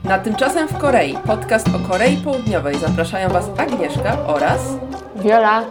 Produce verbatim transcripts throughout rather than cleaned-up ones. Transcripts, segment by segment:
Na Tymczasem w Korei, podcast o Korei Południowej. Zapraszają Was Agnieszka oraz Wiola.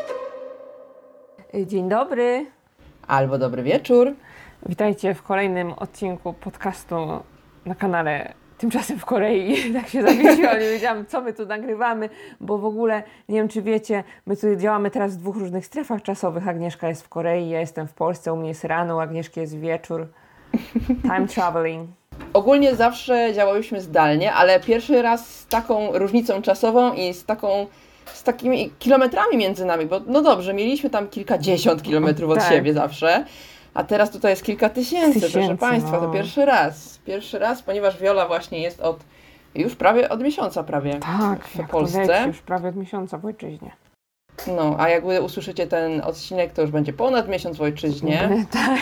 Dzień dobry. Albo dobry wieczór. Witajcie w kolejnym odcinku podcastu na kanale Tymczasem w Korei. Tak się zawiesiłam, nie wiedziałam, co my tu nagrywamy, bo w ogóle, nie wiem czy wiecie, my tu działamy teraz w dwóch różnych strefach czasowych. Agnieszka jest w Korei, ja jestem w Polsce, u mnie jest rano, u Agnieszki jest wieczór. Time traveling. Ogólnie zawsze działałyśmy zdalnie, ale pierwszy raz z taką różnicą czasową i z taką, z takimi kilometrami między nami, bo no dobrze, mieliśmy tam kilkadziesiąt kilometrów od tak. siebie zawsze, a teraz tutaj jest kilka tysięcy, tysięcy proszę Państwa, no. to pierwszy raz, pierwszy raz, ponieważ Wiola właśnie jest od, już prawie od miesiąca prawie Tak, w jak Polsce. To leci, już prawie od miesiąca w ojczyźnie. No, a jak usłyszycie ten odcinek, to już będzie ponad miesiąc w ojczyźnie. Tak.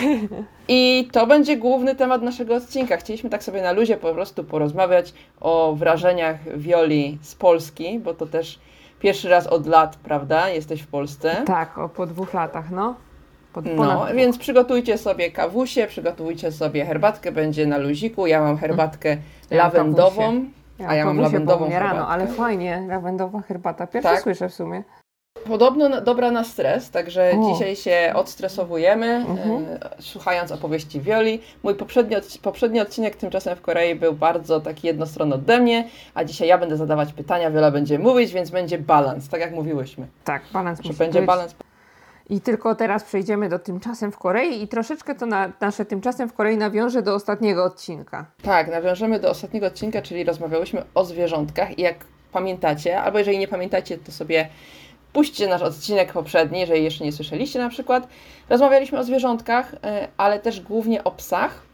I to będzie główny temat naszego odcinka. Chcieliśmy tak sobie na luzie po prostu porozmawiać o wrażeniach Wioli z Polski, bo to też pierwszy raz od lat, prawda? Jesteś w Polsce. Tak, o, po dwóch latach, no. Po, No, więc przygotujcie sobie kawusie, przygotujcie sobie herbatkę, będzie na luziku. Ja mam herbatkę ja lawendową, mam ja a ja mam lawendową herbatkę. Rano, ale fajnie, lawendowa herbata. Pierwszy tak. słyszę w sumie. Podobno na, dobra na stres, także o. dzisiaj się odstresowujemy, Mhm. e, słuchając opowieści Wioli. Mój poprzedni, od, poprzedni odcinek Tymczasem w Korei był bardzo taki jednostronny ode mnie, a dzisiaj ja będę zadawać pytania, Wiola będzie mówić, więc będzie balans, tak jak mówiłyśmy. Tak, balans że musi będzie być. balans. I tylko teraz przejdziemy do Tymczasem w Korei i troszeczkę to na, nasze Tymczasem w Korei nawiąże do ostatniego odcinka. Tak, nawiążemy do ostatniego odcinka, czyli rozmawiałyśmy o zwierzątkach i jak pamiętacie, albo jeżeli nie pamiętacie, to sobie puśćcie nasz odcinek poprzedni, jeżeli jeszcze nie słyszeliście na przykład. Rozmawialiśmy o zwierzątkach, ale też głównie o psach.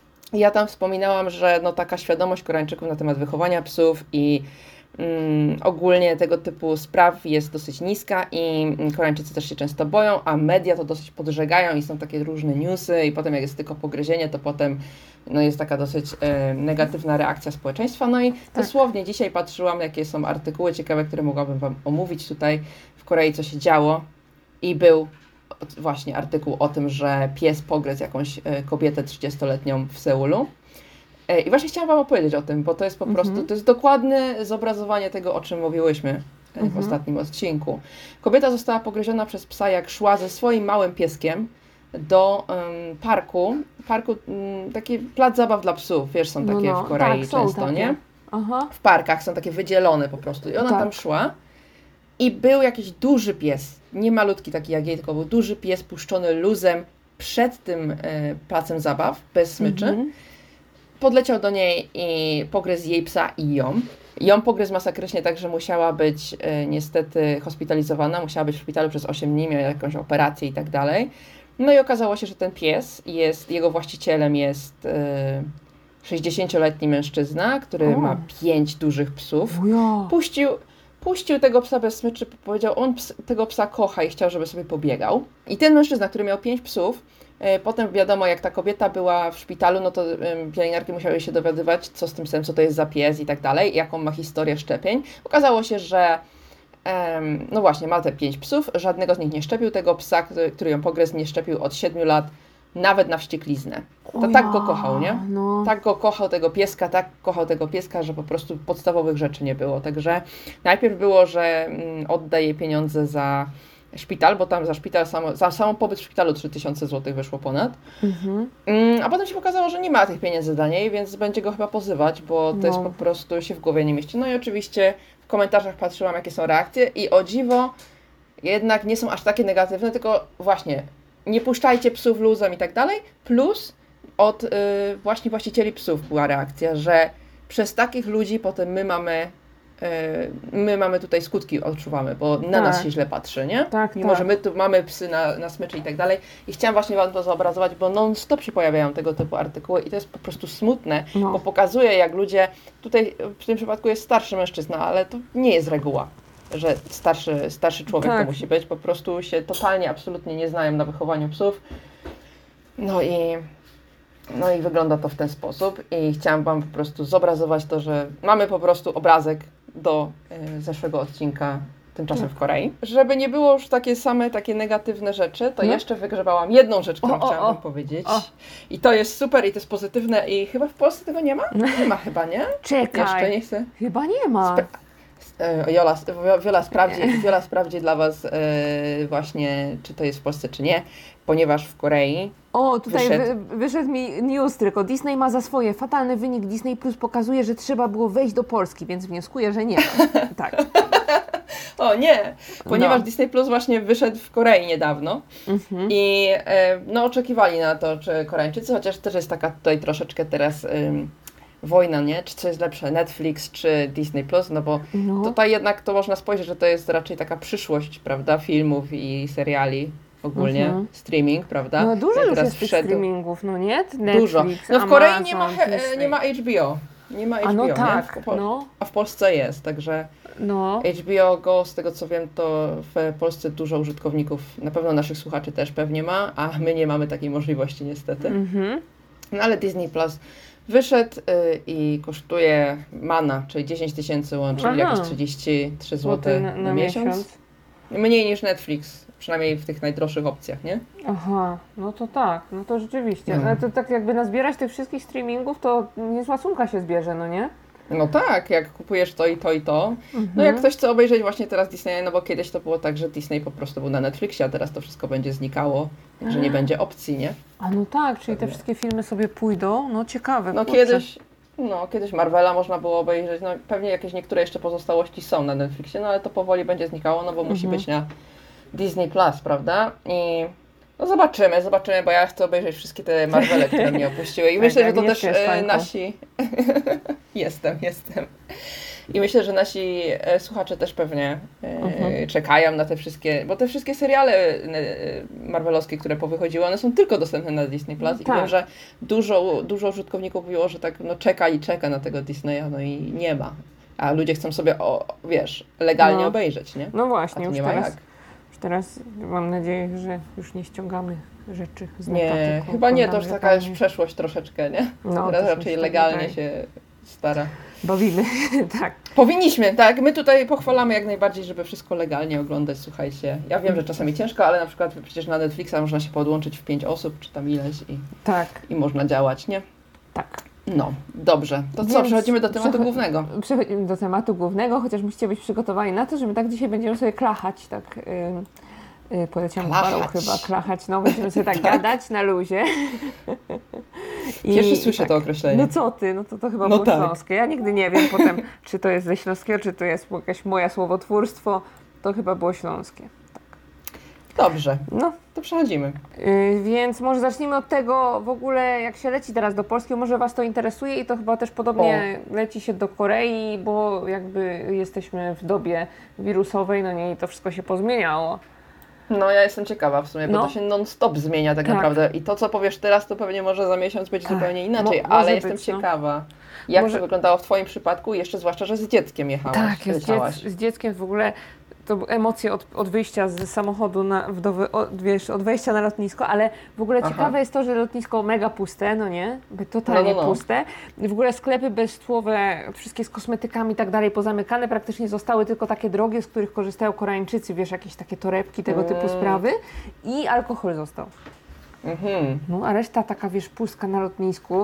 Ja tam wspominałam, że no taka świadomość Koreańczyków na temat wychowania psów i mm, ogólnie tego typu spraw jest dosyć niska i Koreańczycy też się często boją, a media to dosyć podżegają i są takie różne newsy i potem jak jest tylko pogryzienie, to potem no jest taka dosyć e, negatywna reakcja społeczeństwa. No i tak. Dosłownie dzisiaj patrzyłam, jakie są artykuły ciekawe, które mogłabym Wam omówić tutaj w Korei, co się działo i był właśnie artykuł o tym, że pies pogryzł jakąś e, kobietę trzydziestoletnią w Seulu. E, I właśnie chciałam Wam opowiedzieć o tym, bo to jest po prostu, mm-hmm. to jest dokładne zobrazowanie tego, o czym mówiłyśmy e, w mm-hmm. ostatnim odcinku. Kobieta została pogryziona przez psa, jak szła ze swoim małym pieskiem do um, parku, parku um, taki plac zabaw dla psów, wiesz, są takie no, no. w Korei tak, często, takie. nie? Aha. W parkach są takie wydzielone po prostu i ona tak. tam szła i był jakiś duży pies, nie malutki taki jak jej, tylko był duży pies puszczony luzem przed tym e, placem zabaw, bez smyczy. Mm-hmm. Podleciał do niej i pogryzł jej psa i ją. Ją pogryzł masakrycznie, tak że musiała być e, niestety hospitalizowana, musiała być w szpitalu przez osiem dni, miała jakąś operację i tak dalej. No i okazało się, że ten pies jest, jego właścicielem jest e, sześćdziesięcioletni mężczyzna, który o. ma pięć dużych psów. Ujo. Puścił, puścił tego psa bez smyczy, powiedział, on ps, tego psa kocha i chciał, żeby sobie pobiegał. I ten mężczyzna, który miał pięć psów, e, potem wiadomo, jak ta kobieta była w szpitalu, no to e, pielęgniarki musiały się dowiadywać, co z tym psem, co to jest za pies i tak dalej, jaką ma historię szczepień. Okazało się, że Um, no właśnie, ma te pięć psów, żadnego z nich nie szczepił, tego psa, który, który ją pogryzł, nie szczepił od siedmiu lat, nawet na wściekliznę. To ja, tak go kochał, nie? No. Tak go kochał tego pieska, tak kochał tego pieska, że po prostu podstawowych rzeczy nie było. Także najpierw było, że mm, odda jej pieniądze za szpital, bo tam za szpital, samo, za samą pobyt w szpitalu trzy tysiące złotych wyszło ponad. Mhm. Mm, a potem się pokazało, że nie ma tych pieniędzy dla niej, więc będzie go chyba pozywać, bo to no. jest po prostu, się w głowie nie mieści. No i oczywiście w komentarzach patrzyłam, jakie są reakcje i o dziwo jednak nie są aż takie negatywne, tylko właśnie nie puszczajcie psów luzem i tak dalej, plus od y, właśnie właścicieli psów była reakcja, że przez takich ludzi potem my mamy my mamy tutaj skutki, odczuwamy, bo na tak. nas się źle patrzy, nie? Tak, Mimo, tak. że my tu mamy psy na, na smyczy i tak dalej. I chciałam właśnie Wam to zobrazować, bo non-stop się pojawiają tego typu artykuły i to jest po prostu smutne, no. bo pokazuje, jak ludzie, tutaj w tym przypadku jest starszy mężczyzna, ale to nie jest reguła, że starszy, starszy człowiek tak. to musi być, po prostu się totalnie, absolutnie nie znają na wychowaniu psów. No i No i wygląda to w ten sposób i chciałam Wam po prostu zobrazować to, że mamy po prostu obrazek do y, zeszłego odcinka tymczasem Tak. w Korei. Żeby nie było już takie same takie negatywne rzeczy, to No. jeszcze wygrzebałam jedną rzecz, którą O, o, chciałam o. wam powiedzieć. O. I to jest super i to jest pozytywne i chyba w Polsce tego nie ma? Nie ma chyba, nie? Czekaj. Jeszcze nie chcę. Chyba nie ma. Spra- e, Jola, Wiola sprawdzi, Wiola sprawdzi dla was e, właśnie, czy to jest w Polsce, czy nie, ponieważ w Korei O, tutaj Wyszedł. wy, wyszedł mi news tylko. Disney ma za swoje. Fatalny wynik Disney Plus pokazuje, że trzeba było wejść do Polski, więc wnioskuję, że nie ma. Tak. O nie, ponieważ No. Disney Plus właśnie wyszedł w Korei niedawno Mhm. i e, no oczekiwali na to, czy Koreańczycy, chociaż też jest taka tutaj troszeczkę teraz ym, wojna, nie? Czy co jest lepsze, Netflix czy Disney Plus, no bo No. tutaj jednak to można spojrzeć, że to jest raczej taka przyszłość, prawda, filmów i seriali ogólnie, Mhm. streaming, prawda? No dużo I już teraz jest tych wszedł- streamingów, no nie? Netflix, Dużo. No w Korei nie ma, Amazon, he- Disney. nie ma H B O. Nie ma A H B O, no nie? tak, W Po- no, A w Polsce jest, także no. H B O Go, z tego co wiem, to w Polsce dużo użytkowników, na pewno naszych słuchaczy też pewnie ma, a my nie mamy takiej możliwości niestety. Mhm. No ale Disney Plus wyszedł y, i kosztuje mana, czyli dziesięć tysięcy łącznie, Aha. jakieś trzydzieści trzy złote Złoty na, miesiąc. Mniej niż Netflix, przynajmniej w tych najdroższych opcjach, nie? Aha, no to tak, no to rzeczywiście. No. Ale to tak jakby nazbierać tych wszystkich streamingów, to niezła sumka się zbierze, no nie? No tak, jak kupujesz to i to i to. No Mhm. jak ktoś chce obejrzeć właśnie teraz Disneya, no bo kiedyś to było tak, że Disney po prostu był na Netflixie, a teraz to wszystko będzie znikało, że nie będzie opcji, nie? A no tak, czyli te Pewnie. wszystkie filmy sobie pójdą, no ciekawe. No kurczę. kiedyś, no kiedyś Marvela można było obejrzeć, no pewnie jakieś niektóre jeszcze pozostałości są na Netflixie, no ale to powoli będzie znikało, no bo musi Mhm. być na Disney Plus, prawda? I no zobaczymy, zobaczymy, bo ja chcę obejrzeć wszystkie te Marvele, które mnie opuściły i Tak, myślę, że to Agnieszka też jest e, fanką. nasi... jestem, jestem. I myślę, że nasi e, słuchacze też pewnie e, Mhm. czekają na te wszystkie, bo te wszystkie seriale e, marvelowskie, które powychodziły, one są tylko dostępne na Disney Plus i Tak. wiem, że dużo, dużo użytkowników mówiło, że tak no czeka i czeka na tego Disneya, no i nie ma. A ludzie chcą sobie, o, wiesz, legalnie No. obejrzeć, nie? No A właśnie, tu już nie ma teraz, jak. już teraz mam nadzieję, że już nie ściągamy rzeczy z Nie, notatek, chyba nie, to już oglądamy taka już legalnie. przeszłość troszeczkę, nie? No, Teraz to się raczej już legalnie tak się stara. bawimy, tak. Powinniśmy, tak. My tutaj pochwalamy jak najbardziej, żeby wszystko legalnie oglądać, słuchajcie. Ja wiem, że czasami ciężko, ale na przykład przecież na Netflixa można się podłączyć w pięć osób, czy tam ileś i, Tak, i można działać, nie? tak. No, dobrze. To co, Więc przechodzimy do tematu przecho- głównego. Przechodzimy do tematu głównego, chociaż musicie być przygotowani na to, że my tak dzisiaj będziemy sobie klachać, tak yy, yy, poleciałam Klachać. parą chyba, klachać, no będziemy sobie tak gadać na luzie. I Pierwszy słyszę tak, to określenie. No co ty, no to to chyba No było tak. śląskie. Ja nigdy nie wiem potem, czy to jest ze śląskiego, czy to jest jakieś moje słowotwórstwo. To chyba było śląskie. Dobrze, No, to przechodzimy. Yy, więc może zacznijmy od tego w ogóle, jak się leci teraz do Polski, może Was to interesuje i to chyba też podobnie leci się do Korei, bo jakby jesteśmy w dobie wirusowej, no nie, i to wszystko się pozmieniało. No ja jestem ciekawa w sumie, bo No. to się non-stop zmienia tak, Tak. naprawdę. I to, co powiesz teraz, to pewnie może za miesiąc być Ach, zupełnie inaczej, mo- ale może jestem być, no. ciekawa, jak Może- to wyglądało w Twoim przypadku, jeszcze zwłaszcza, że z dzieckiem jechałaś, Tak, ja z, leciałaś. dziec- z dzieckiem w ogóle to były emocje od, od wyjścia z samochodu, na, w do, od, wiesz, od wejścia na lotnisko, ale w ogóle Aha. ciekawe jest to, że lotnisko mega puste, no nie? Jakby totalnie No, no, no. puste. W ogóle sklepy bezcłowe, wszystkie z kosmetykami i tak dalej pozamykane, praktycznie zostały tylko takie drogie, z których korzystają Koreańczycy, wiesz, jakieś takie torebki, tego typu Mm. sprawy i alkohol został. Mhm. No, a reszta taka, wiesz, pustka na lotnisku.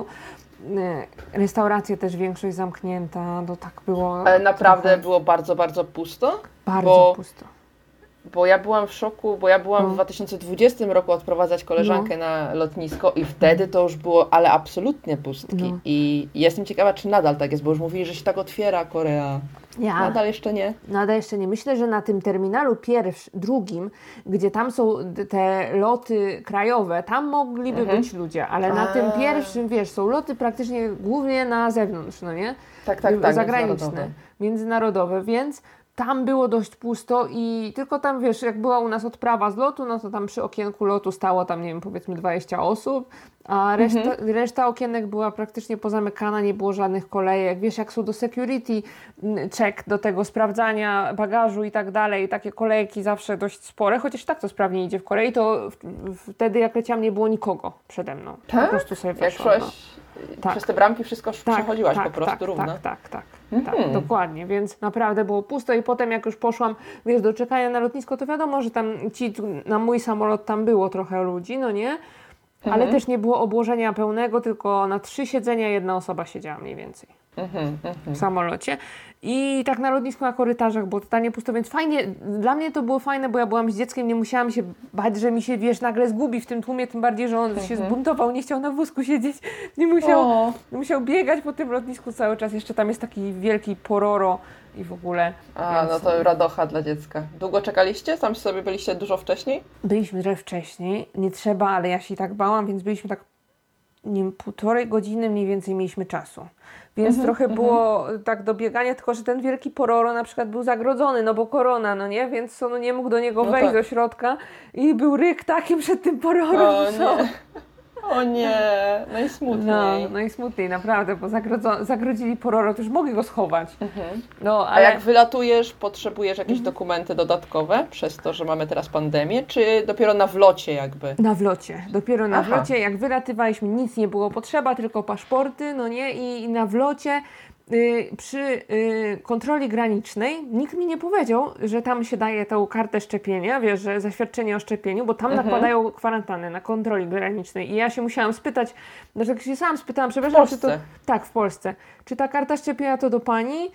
Y, Restauracje też większość zamknięta, no tak było. Ale naprawdę trochę było bardzo, bardzo pusto? bardzo bo- pusto. Bo ja byłam w szoku, bo ja byłam No. w dwa tysiące dwudziestym roku odprowadzać koleżankę na lotnisko i wtedy to już było, ale absolutnie pustki. No. I jestem ciekawa, czy nadal tak jest, bo już mówili, że się tak otwiera Korea. Ja. Nadal jeszcze nie? Nadal jeszcze nie. Myślę, że na tym terminalu pierwszym, drugim, gdzie tam są d- te loty krajowe, tam mogliby Mhm. być ludzie, ale na A. tym pierwszym, wiesz, są loty praktycznie głównie na zewnątrz, no nie? Tak, tak, tak. Zagraniczne, międzynarodowe. międzynarodowe, więc tam było dość pusto i tylko tam, wiesz, jak była u nas odprawa z lotu, no to tam przy okienku lotu stało tam, nie wiem, powiedzmy dwadzieścia osób, a reszta, Mhm. reszta okienek była praktycznie pozamykana, nie było żadnych kolejek. Wiesz, jak są do security mm, check, do tego sprawdzania bagażu i tak dalej, takie kolejki zawsze dość spore, chociaż tak to sprawnie idzie w Korei, to w, w, wtedy jak leciałam nie było nikogo przede mną. Po Tak? prostu sobie Jak weszłam. szłaś Tak. przez te bramki, wszystko Tak, przechodziłaś tak, po prostu tak, równo? Tak, tak, tak. Tak, dokładnie, więc naprawdę było pusto i potem jak już poszłam, wiesz, do czekania na lotnisko, to wiadomo, że tam ci, na mój samolot tam było trochę ludzi, no nie? Ale Mhm. też nie było obłożenia pełnego, tylko na trzy siedzenia jedna osoba siedziała mniej więcej Mhm, mhm. w samolocie. I tak na lotnisku, na korytarzach było totalnie pusto, więc fajnie, dla mnie to było fajne, bo ja byłam z dzieckiem, nie musiałam się bać, że mi się, wiesz, nagle zgubi w tym tłumie, tym bardziej, że on Mhm. się zbuntował, nie chciał na wózku siedzieć, nie musiał, O. nie musiał biegać po tym lotnisku cały czas. Jeszcze tam jest taki wielki pororo i w ogóle. A, więc no to radocha dla dziecka. Długo czekaliście? Tam sobie byliście dużo wcześniej? Byliśmy trochę wcześniej, nie trzeba, ale ja się i tak bałam, więc byliśmy tak, nie wiem, półtorej godziny mniej więcej mieliśmy czasu. Więc Mhm, trochę mhm. było tak do biegania, tylko że ten wielki pororo na przykład był zagrodzony, no bo korona, no nie? Więc on nie mógł do niego No wejść tak. do środka i był ryk taki przed tym pororo. O co? nie. O nie, najsmutniej. No, no i smutniej, naprawdę, bo zagrodzo- zagrodzili pororo, to już mogli go schować. Mhm. No, A ale jak wylatujesz, potrzebujesz jakieś dokumenty dodatkowe przez to, że mamy teraz pandemię, czy dopiero na wlocie jakby? na wlocie, dopiero na Aha. wlocie, jak wylatywaliśmy, nic nie było potrzeba, tylko paszporty, no nie, i, i na wlocie y, przy y, kontroli granicznej nikt mi nie powiedział, że tam się daje tą kartę szczepienia, wiesz, że zaświadczenie o szczepieniu, bo tam Mhm. nakładają kwarantannę na kontroli granicznej i ja się musiałam spytać, znaczy jak się sam spytałam, W przepraszam, czy to... Polsce. Tak, w Polsce. Czy ta karta szczepienia to do pani?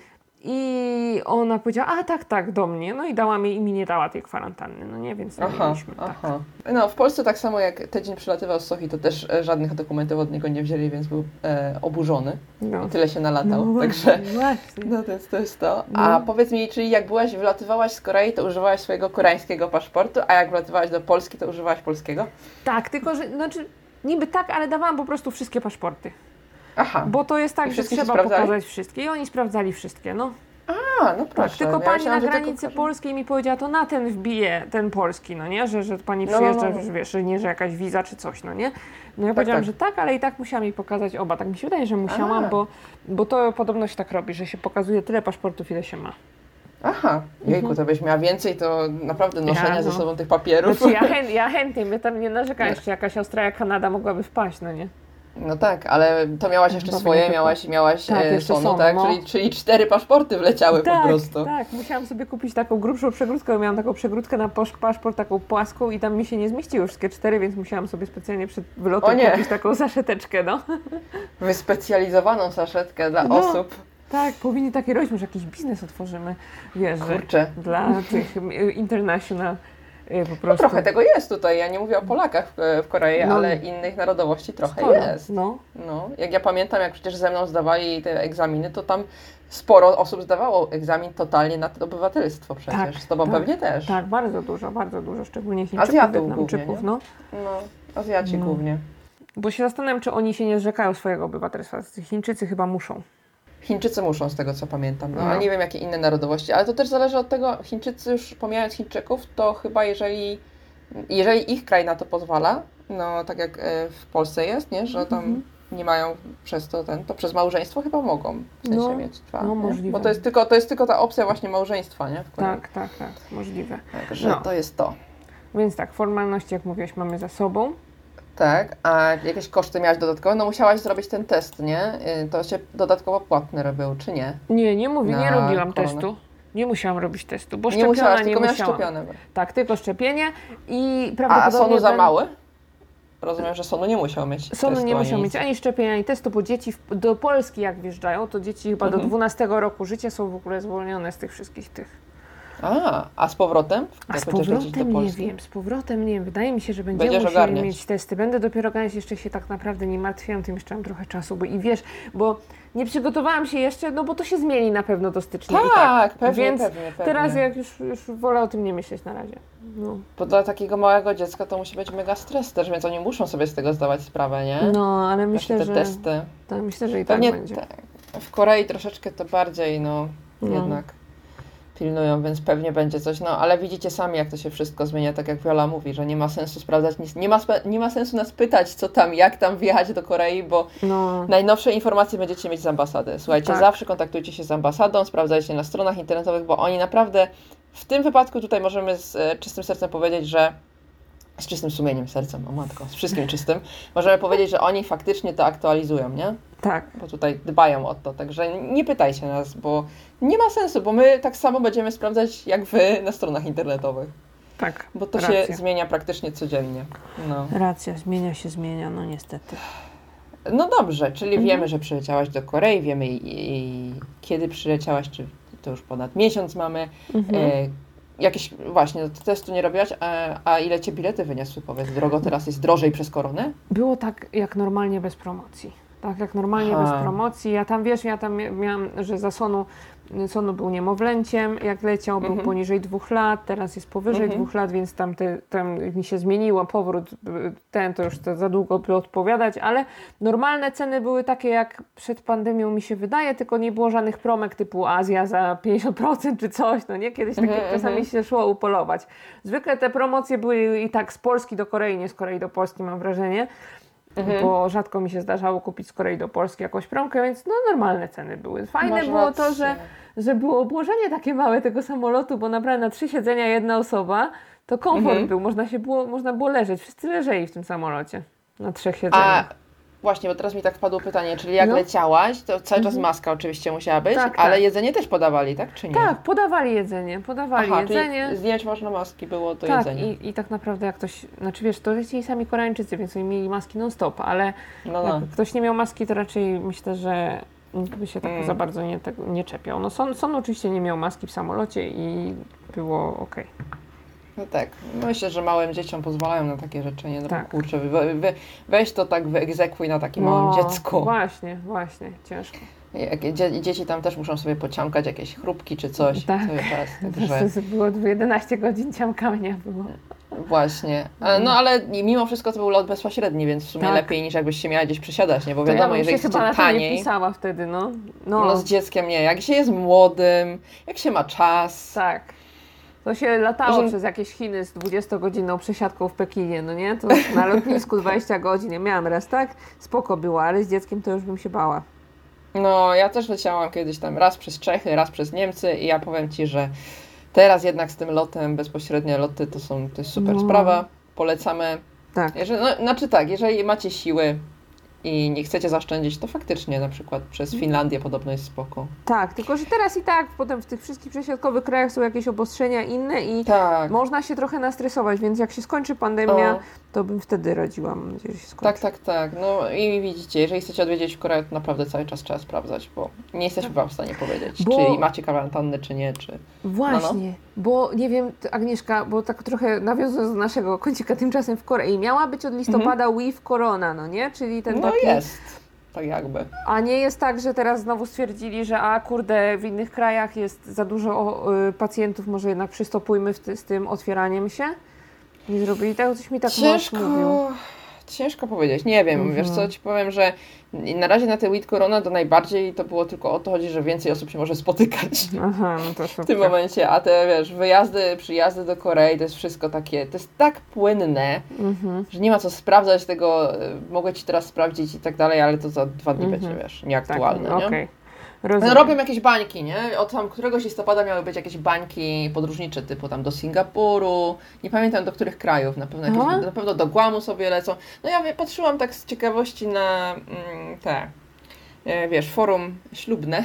I ona powiedziała, a tak, tak, do mnie. No i dała mi i mi nie dała tej kwarantanny. No nie, więc nie Aha, mieliśmy. Tak. aha. No w Polsce tak samo jak tydzień przylatywał z Sochi, to też e, żadnych dokumentów od niego nie wzięli, więc był e, oburzony. No. I tyle się nalatał, No także... właśnie, właśnie. No to jest, to jest to. A No. powiedz mi, czyli jak byłaś, wylatywałaś z Korei, to używałaś swojego koreańskiego paszportu, a jak wylatywałaś do Polski, to używałaś polskiego? Tak, tylko że, znaczy, niby tak, ale dawałam po prostu wszystkie paszporty. Aha. Bo to jest I tak, że wszystkie się trzeba sprawdzali? pokazać wszystkie. I oni sprawdzali wszystkie, no. A, no Tak, proszę. tylko Ja pani myślałam, na że tylko granicy każdy- polskiej mi powiedziała, to na ten wbije, ten polski, no nie? Że, że pani No, no, przyjeżdża, no. że wiesz, że nie, że jakaś wiza czy coś, no nie? No ja Tak, powiedziałam, tak. że tak, ale i tak musiałam jej pokazać oba. Tak mi się wydaje, że musiałam, A. bo, bo to podobno się tak robi, że się pokazuje tyle paszportów, ile się ma. Aha, jejku, to byś miała więcej, to naprawdę noszenia Mhm. Ja, no. ze sobą tych papierów. Znaczy ja, chę, ja chętnie, my tam nie narzekam, jeszcze jakaś Australia, Kanada mogłaby wpaść, no nie? No tak, ale to miałaś jeszcze Chyba by swoje, nie miałaś, miałaś Tak, e, jeszcze Sonu, Sonu, tak? no. Czyli, czyli cztery paszporty wleciały tak, po prostu. tak, musiałam sobie kupić taką grubszą przegródkę, bo miałam taką przegródkę na posz- paszport, taką płaską i tam mi się nie zmieściły wszystkie cztery, więc musiałam sobie specjalnie przed O wylotem nie. kupić taką zaszeteczkę, no. Wyspecjalizowaną saszetkę dla No. osób. Tak, powinni takie robić, może jakiś biznes otworzymy, wiesz, że Kurczę. dla tych y, international y, po No prostu. trochę tego jest tutaj. Ja nie mówię o Polakach w, w Korei, No. ale innych narodowości trochę Sporo, jest. No, No, jak ja pamiętam, jak przecież ze mną zdawali te egzaminy, to tam sporo osób zdawało egzamin totalnie na to obywatelstwo przecież. Tak, Z tobą tak, pewnie też. tak, bardzo dużo, bardzo dużo, szczególnie Chińczyków, Azjatów Wietnamczyków, głównie, no. No, Azjaci No. głównie. Bo się zastanawiam, czy oni się nie zrzekają swojego obywatelstwa. Chińczycy chyba muszą. Chińczycy muszą, z tego co pamiętam, no, No. a nie wiem jakie inne narodowości, ale to też zależy od tego, Chińczycy już pomijając Chińczyków, to chyba jeżeli, jeżeli ich kraj na to pozwala, no tak jak e, w Polsce jest, nie, że tam Mhm. nie mają przez to ten, to przez małżeństwo chyba mogą w sensie No, mieć dwa, no, nie? możliwe. Bo to jest, tylko, to jest tylko ta opcja właśnie małżeństwa, nie? W Korei. Tak, tak, tak, możliwe. Także No. to jest to. Więc tak, formalności, jak mówiłaś, mamy za sobą. Tak, a jakieś koszty miałaś dodatkowe? No musiałaś zrobić ten test, nie? Y, To się dodatkowo płatny robił, czy nie? Nie, nie mówię, nie Na robiłam koronę. testu. Nie musiałam robić testu, bo Nie szczepiona musiałaś, nie tylko miałaś musiałam. szczepione. Tak, tylko szczepienie i A, a prawdopodobnie... Sonu za ten- mały? Rozumiem, że Sonu nie musiał mieć Sonu testu nie ani musiał nic. mieć ani szczepienia, ani testu, bo dzieci w, do Polski jak wjeżdżają, to dzieci chyba Mhm. do dwunastego roku życia są w ogóle zwolnione z tych wszystkich tych. A, a z powrotem? A Jak z będziesz lecieć do powrotem nie Polski? wiem, z powrotem nie wiem. Wydaje mi się, że będziemy Będziesz musieli ogarniać. mieć testy. Będę dopiero ogarniać, jeszcze się tak naprawdę nie martwiłam, tym jeszcze mam trochę czasu, bo i wiesz, bo nie przygotowałam się jeszcze, no bo to się zmieni na pewno do stycznia i tak. Tak, pewnie, Więc pewnie, pewnie. teraz jak już, już wolę o tym nie myśleć na razie. No, Bo dla takiego małego dziecka to musi być mega stres też, więc oni muszą sobie z tego zdawać sprawę, nie? no ale Właśnie myślę, te że testy. to myślę, że i tak Pewnie będzie. tak. W Korei troszeczkę to bardziej, no, No. jednak pilnują, więc pewnie będzie coś, no, ale widzicie sami, jak to się wszystko zmienia, tak jak Wiola mówi, że nie ma sensu sprawdzać nic, nie ma, spe- nie ma sensu nas pytać, co tam, jak tam wjechać do Korei, bo No, najnowsze informacje będziecie mieć z ambasady. Słuchajcie, Tak. zawsze kontaktujcie się z ambasadą, sprawdzajcie na stronach internetowych, bo oni naprawdę, w tym wypadku tutaj możemy z e, czystym sercem powiedzieć, że z czystym sumieniem, sercem, o matko, z wszystkim czystym, możemy powiedzieć, że oni faktycznie to aktualizują, nie? Tak. Bo tutaj dbają o to, także nie pytajcie nas, bo nie ma sensu, bo my tak samo będziemy sprawdzać jak wy na stronach internetowych. Tak, Bo to racja. się zmienia praktycznie codziennie. No, Racja, zmienia się, zmienia, no niestety. no dobrze, czyli Mhm. wiemy, że przyleciałaś do Korei, wiemy i, i, kiedy przyleciałaś, czy to już ponad miesiąc mamy. Mhm. E, jakieś, właśnie, testu nie robiłaś, a, a ile cię bilety wyniosły? Powiedz, drogo teraz jest drożej przez koronę? Było tak jak normalnie bez promocji. Tak jak normalnie Aha. bez promocji. Ja tam, wiesz, ja tam mia- miałam, że za Sonu, Sonu był niemowlęciem, jak leciał, był Mhm. poniżej dwóch lat, teraz jest powyżej Mhm. dwóch lat, więc tam, te, tam mi się zmieniło, powrót y, ten, to już to za długo by odpowiadać, ale normalne ceny były takie jak przed pandemią mi się wydaje, tylko nie było żadnych promek typu Azja za pięćdziesiąt procent czy coś, no nie? Kiedyś takie Mhm, czasami mhm. się szło upolować. Zwykle te promocje były i tak z Polski do Korei, nie z Korei do Polski, mam wrażenie. Mhm. Bo rzadko mi się zdarzało kupić z Korei do Polski jakąś promkę, więc no normalne ceny były. Fajne Masz było to, rację. że, że było obłożenie takie małe tego samolotu, bo naprawdę na trzy siedzenia jedna osoba, to komfort Mhm. był, można, się było, można było leżeć. Wszyscy leżeli w tym samolocie na trzech A siedzeniach. właśnie, bo teraz mi tak wpadło pytanie, czyli jak No. leciałaś, to cały czas Mhm. maska oczywiście musiała być, Tak, ale tak. jedzenie też podawali, tak czy nie? Tak, podawali jedzenie, podawali Aha, jedzenie. czyli zdjąć można maski, było to Tak, jedzenie. i, i tak naprawdę jak ktoś, znaczy wiesz, to lecieli sami Koreańczycy, więc oni mieli maski non-stop, ale No, no. jak ktoś nie miał maski, to raczej myślę, że nikt by się tak Mm. za bardzo nie, tak, nie czepiał. No Son, Son oczywiście nie miał maski w samolocie i było okej. No tak, myślę, że małym dzieciom pozwalają na takie rzeczy, nie? No Tak. kurczę, we, we, weź to tak wyegzekwuj na takim małym dziecku. Właśnie, właśnie, ciężko. Jak, dzie, dzieci tam też muszą sobie pociąkać jakieś chrupki czy coś Tak. cały czas, także To było jedenaście godzin ciamkania było. właśnie. Ale, no ale mimo wszystko to był lot bezpośredni, więc w sumie Tak. lepiej niż jakbyś się miała gdzieś przesiadać, nie? Bo To ja wiadomo, bym się jeżeli chyba na chcecie to nie taniej, pisała wtedy, no. No, no z dzieckiem nie. Jak się jest młodym, jak się ma czas, tak. To się latało Że- przez jakieś Chiny z dwudziestogodzinną przesiadką w Pekinie, no nie? To na lotnisku dwadzieścia godzin. Ja miałam raz, tak? Spoko było, ale z dzieckiem to już bym się bała. No, ja też leciałam kiedyś tam raz przez Czechy, raz przez Niemcy i ja powiem Ci, że teraz jednak z tym lotem, bezpośrednie loty to są, to jest super No. sprawa, polecamy. Tak. Jeżeli, no, znaczy tak, jeżeli macie siły i nie chcecie zaszczędzić, to faktycznie na przykład przez Finlandię podobno jest spoko. Tak, tylko że teraz i tak potem w tych wszystkich przesiadkowych krajach są jakieś obostrzenia inne i Tak, można się trochę nastresować, więc jak się skończy pandemia, O. to bym wtedy radziła, mam nadzieję, że się skończy. tak, tak, tak. No i widzicie, jeżeli chcecie odwiedzić Koreę, to naprawdę cały czas trzeba sprawdzać, bo nie jesteśmy Wam w stanie powiedzieć, Bo- czy macie kwarantannę, czy nie, czy... Właśnie, bo nie wiem, ty, Agnieszka, bo tak trochę nawiązując do naszego kącika tymczasem w Korei, miała być od listopada W I V Corona, no nie? Czyli ten No taki... jest, tak jakby. A nie jest tak, że teraz znowu stwierdzili, że a kurde, w innych krajach jest za dużo y, pacjentów, może jednak przystopujmy w ty, z tym otwieraniem się? Nie zrobili tak? Coś mi tak Ciężko, mąż mówił. ciężko powiedzieć. Nie wiem, Mhm. wiesz co, Ci powiem, że na razie na te With Corona to najbardziej to było tylko o to chodzi, że więcej osób się może spotykać Aha, no to w super. tym momencie, a te, wiesz, wyjazdy, przyjazdy do Korei to jest wszystko takie, to jest tak płynne, Mhm. że nie ma co sprawdzać tego, y, mogę Ci teraz sprawdzić i tak dalej, ale to za dwa dni Mhm. będzie, wiesz, Tak, nieaktualne, nie? okej. No, Rozumiem. robią jakieś bańki, nie? Od tam któregoś listopada miały być jakieś bańki podróżnicze, typu tam do Singapuru, nie pamiętam do których krajów, na pewno, Aha. jakieś, na pewno do Guamu sobie lecą. No ja wie- patrzyłam tak z ciekawości na mm, te, e, wiesz, forum ślubne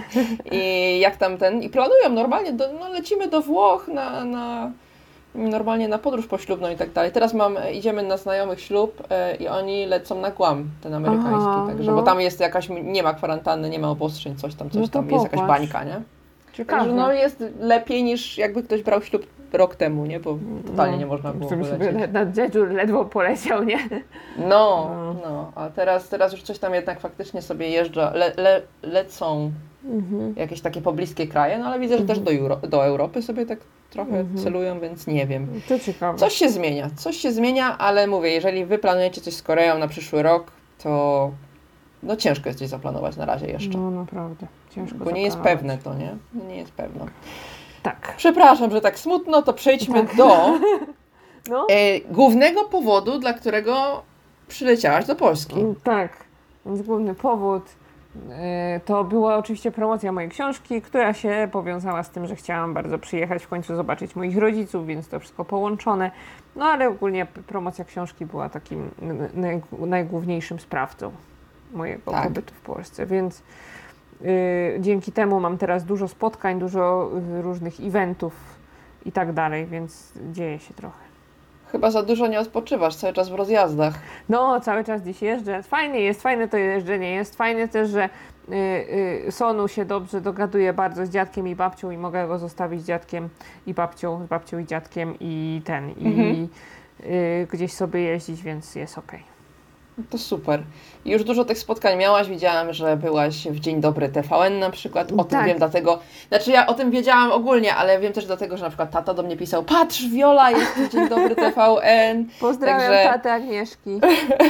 i jak tam ten, i planują normalnie, do, no lecimy do Włoch na, na normalnie na podróż poślubną i tak dalej. Teraz mam, idziemy na znajomych ślub e, i oni lecą na Guam, ten amerykański, Aha, także, no. bo tam jest jakaś, nie ma kwarantanny, nie ma obostrzeń, coś tam, coś No to tam, jest jakaś popatrz. bańka, nie? Ciekawe. Także no jest lepiej niż jakby ktoś brał ślub rok temu, nie? Bo totalnie nie można było Żebym sobie wylecieć. na, na Jeju ledwo poleciał, nie? No, No. no, a teraz, teraz już coś tam jednak faktycznie sobie jeżdża, le, le, lecą Mhm. jakieś takie pobliskie kraje, no ale widzę, że też do, Euro, do Europy sobie tak trochę Mhm. celują, więc nie wiem. To ciekawe. Coś się zmienia, coś się zmienia, ale mówię, jeżeli wy planujecie coś z Koreą na przyszły rok, to no ciężko jest coś zaplanować na razie jeszcze. No naprawdę, ciężko Bo nie jest zaplanować. pewne to, nie? No nie jest pewne. Tak. Przepraszam, że tak smutno, to przejdźmy Tak. do No. e, głównego powodu, dla którego przyleciałaś do Polski. Mm, Tak, więc główny powód y, to była oczywiście promocja mojej książki, która się powiązała z tym, że chciałam bardzo przyjechać w końcu zobaczyć moich rodziców, więc to wszystko połączone. No ale ogólnie p- promocja książki była takim n- naj, najgłówniejszym sprawcą. mojego Tak. pobytu w Polsce, więc y, dzięki temu mam teraz dużo spotkań, dużo y, różnych eventów i tak dalej, więc dzieje się trochę. Chyba za dużo nie odpoczywasz, cały czas w rozjazdach. No, cały czas dziś jeżdżę. Fajnie jest, fajne to jeżdżenie jest. Fajnie też, że y, y, Sonu się dobrze dogaduje bardzo z dziadkiem i babcią i mogę go zostawić z dziadkiem i babcią, z babcią i dziadkiem i ten, i Mhm. y, gdzieś sobie jeździć, więc jest okej. To super. I już dużo tych spotkań miałaś. Widziałam, że byłaś w Dzień Dobry T V N na przykład. O tym Tak. wiem dlatego... Znaczy ja o tym wiedziałam ogólnie, ale wiem też dlatego, że na przykład tata do mnie pisał: patrz, Wiola jest w Dzień Dobry T V N. Pozdrawiam Także- tatę Agnieszki.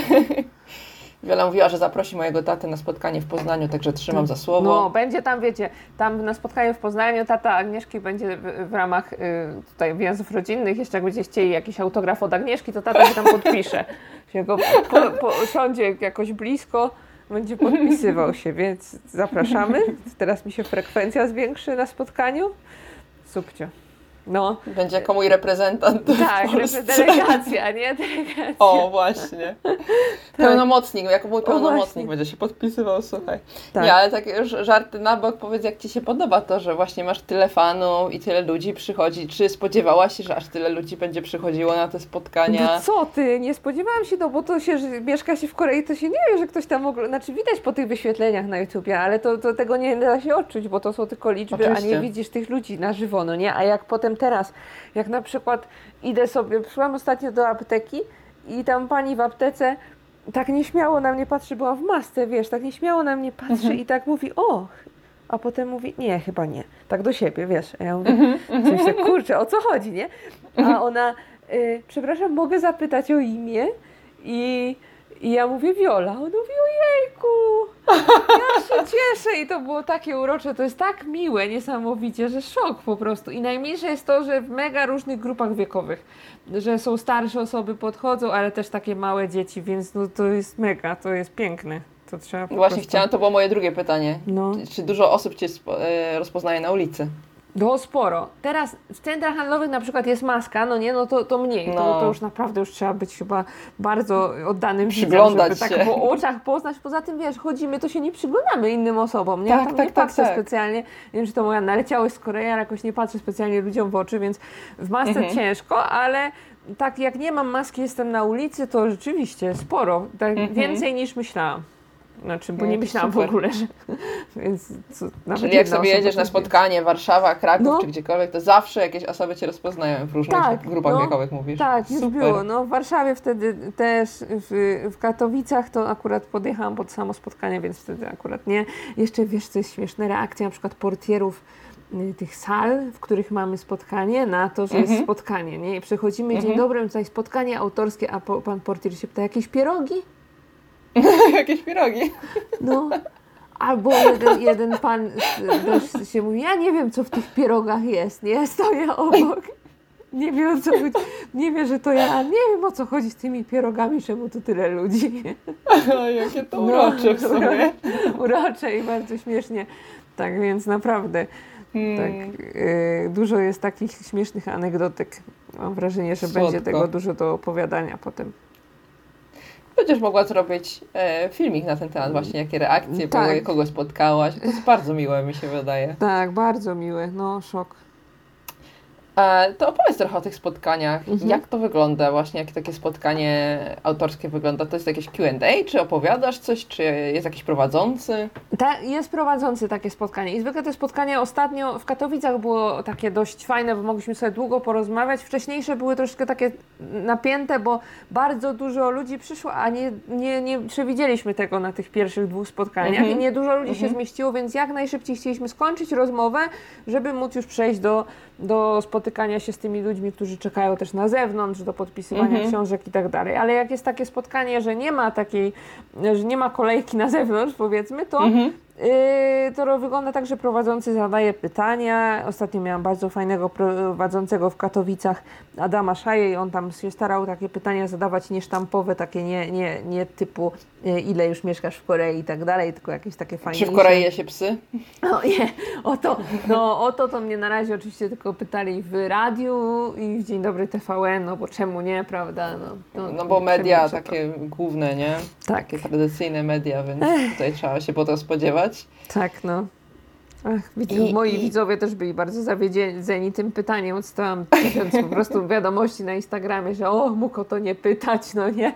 Wiola mówiła, że zaprosi mojego tatę na spotkanie w Poznaniu, także trzymam za słowo. No, będzie tam, wiecie, tam na spotkaniu w Poznaniu tata Agnieszki będzie w, w ramach y, tutaj wyjazdów rodzinnych, jeszcze jak będziecie chcieli jakiś autograf od Agnieszki, to tata się tam podpisze. Się go po, po, siądzie jakoś blisko, będzie podpisywał się, więc zapraszamy. Teraz mi się frekwencja zwiększy na spotkaniu. Subcio. No, Będzie jako mój reprezentant w tak, Polsce. delegacja, nie? Delegacja. O, właśnie. Pełnomocnik, jako mój pełnomocnik właśnie. będzie się podpisywał, słuchaj. Tak. Nie, ale tak już żarty na bok, powiedz, jak Ci się podoba to, że właśnie masz tyle fanów i tyle ludzi przychodzi. Czy spodziewałaś się, że aż tyle ludzi będzie przychodziło na te spotkania? No co ty, nie spodziewałam się, no bo to się, że mieszka się w Korei, to się nie wie, że ktoś tam w ogóle, znaczy widać po tych wyświetleniach na YouTubie, ale to, to tego nie da się odczuć, bo to są tylko liczby, a Oczywiście. nie widzisz tych ludzi na żywo, no nie? A jak potem teraz, jak na przykład idę sobie, przyszłam ostatnio do apteki i tam pani w aptece tak nieśmiało na mnie patrzy, była w masce, wiesz, tak nieśmiało na mnie patrzy Mhm. i tak mówi: o, a potem mówi: nie, chyba nie, tak do siebie, wiesz, a ja mówię, Mhm, coś tak, kurczę, o co chodzi, nie? A ona, y, przepraszam, mogę zapytać o imię? I, I ja mówię: Wiola. On mówi: ojejku, ja się cieszę. I to było takie urocze, to jest tak miłe, niesamowicie, że szok po prostu. I najmilsze jest to, że w mega różnych grupach wiekowych, że są starsze osoby podchodzą, ale też takie małe dzieci, więc no to jest mega, to jest piękne. To trzeba po Właśnie prostu... chciałam, to było moje drugie pytanie. No. Czy, czy dużo osób Cię spo, e, rozpoznaje na ulicy? No sporo. Teraz w centrach handlowych na przykład jest maska, no nie, no to, to mniej. No. To, to już naprawdę już trzeba być chyba bardzo oddanym widzem, Przyglądać żeby się. tak po oczach poznać. Poza tym, wiesz, chodzimy, to się nie przyglądamy innym osobom, nie? Tak, Tam tak, nie tak, patrzę tak. specjalnie. Nie wiem, czy to moja naleciałość z Korei, ale jakoś nie patrzę specjalnie ludziom w oczy, więc w masce Mhm. ciężko, ale tak jak nie mam maski, jestem na ulicy, to rzeczywiście sporo. Tak Mhm. więcej niż myślałam. Znaczy, bo No nie to myślałam super. w ogóle, że... Więc co, nawet Czyli jak jedna sobie osoba jedziesz na też jest. spotkanie Warszawa, Kraków No. czy gdziekolwiek, to zawsze jakieś osoby Cię rozpoznają w różnych Tak, grupach no, wiekowych, mówisz. Tak, już Super. było. No, w Warszawie wtedy też, w, w Katowicach to akurat podjechałam pod samo spotkanie, więc wtedy akurat nie. Jeszcze wiesz, co jest śmieszne, reakcja na przykład portierów y, tych sal, w których mamy spotkanie, na to, że Mhm. jest spotkanie, nie? I przychodzimy, Mhm. dzień dobry, tutaj spotkanie autorskie, a po, pan portier się pyta: jakieś pierogi? Jakieś pierogi. No. Albo jeden, jeden pan y, też się mówi: ja nie wiem, co w tych pierogach jest, nie? Stoję obok. Nie wie, o co chodzi. Nie wie, że to ja. A nie wiem, o co chodzi z tymi pierogami, czemu tu tyle ludzi. Jakie to No, urocze w sumie. Urocze i bardzo śmiesznie. Tak więc naprawdę Hmm. tak, y, dużo jest takich śmiesznych anegdotek. Mam wrażenie, że Słodko. będzie tego dużo do opowiadania potem. Będziesz mogła zrobić e, filmik na ten temat, właśnie jakie reakcje Tak. były, kogo spotkałaś. To jest bardzo miłe, mi się wydaje. Tak, bardzo miłe. No, szok. E, to opowiedz trochę o tych spotkaniach. Mhm. Jak to wygląda właśnie, jak takie spotkanie autorskie wygląda? To jest jakieś Q and A, czy opowiadasz coś, czy jest jakiś prowadzący? Ta, jest prowadzący takie spotkanie i zwykle te spotkania ostatnio w Katowicach było takie dość fajne, bo mogliśmy sobie długo porozmawiać. Wcześniejsze były troszeczkę takie napięte, bo bardzo dużo ludzi przyszło, a nie, nie, nie przewidzieliśmy tego na tych pierwszych dwóch spotkaniach Mhm. i nie dużo ludzi się Mhm. zmieściło, więc jak najszybciej chcieliśmy skończyć rozmowę, żeby móc już przejść do, do spotykania się z tymi ludźmi, którzy czekają też na zewnątrz, do podpisywania Mhm. książek i tak dalej. Ale jak jest takie spotkanie, że nie ma takiej, że nie ma kolejki na zewnątrz, powiedzmy, to Mhm. Yy, to wygląda tak, że prowadzący zadaje pytania. Ostatnio miałam bardzo fajnego prowadzącego w Katowicach, Adama Szaje, i on tam się starał takie pytania zadawać niesztampowe, takie nie, nie, nie typu ile już mieszkasz w Korei i tak dalej, tylko jakieś takie fajniejsze. Czy w Korei je się psy? O nie, o to, no o to to mnie na razie oczywiście tylko pytali w radiu i w Dzień Dobry T V N, no bo czemu nie, prawda? No, no, no bo media takie główne, nie? Tak. Takie tradycyjne media, więc Ech. tutaj trzeba się po to spodziewać. Tak, no. Ach, widz, I, moi i... widzowie też byli bardzo zawiedzeni tym pytaniem. Odstałam tysiąc po prostu wiadomości na Instagramie, że o, mógł o to nie pytać, no nie?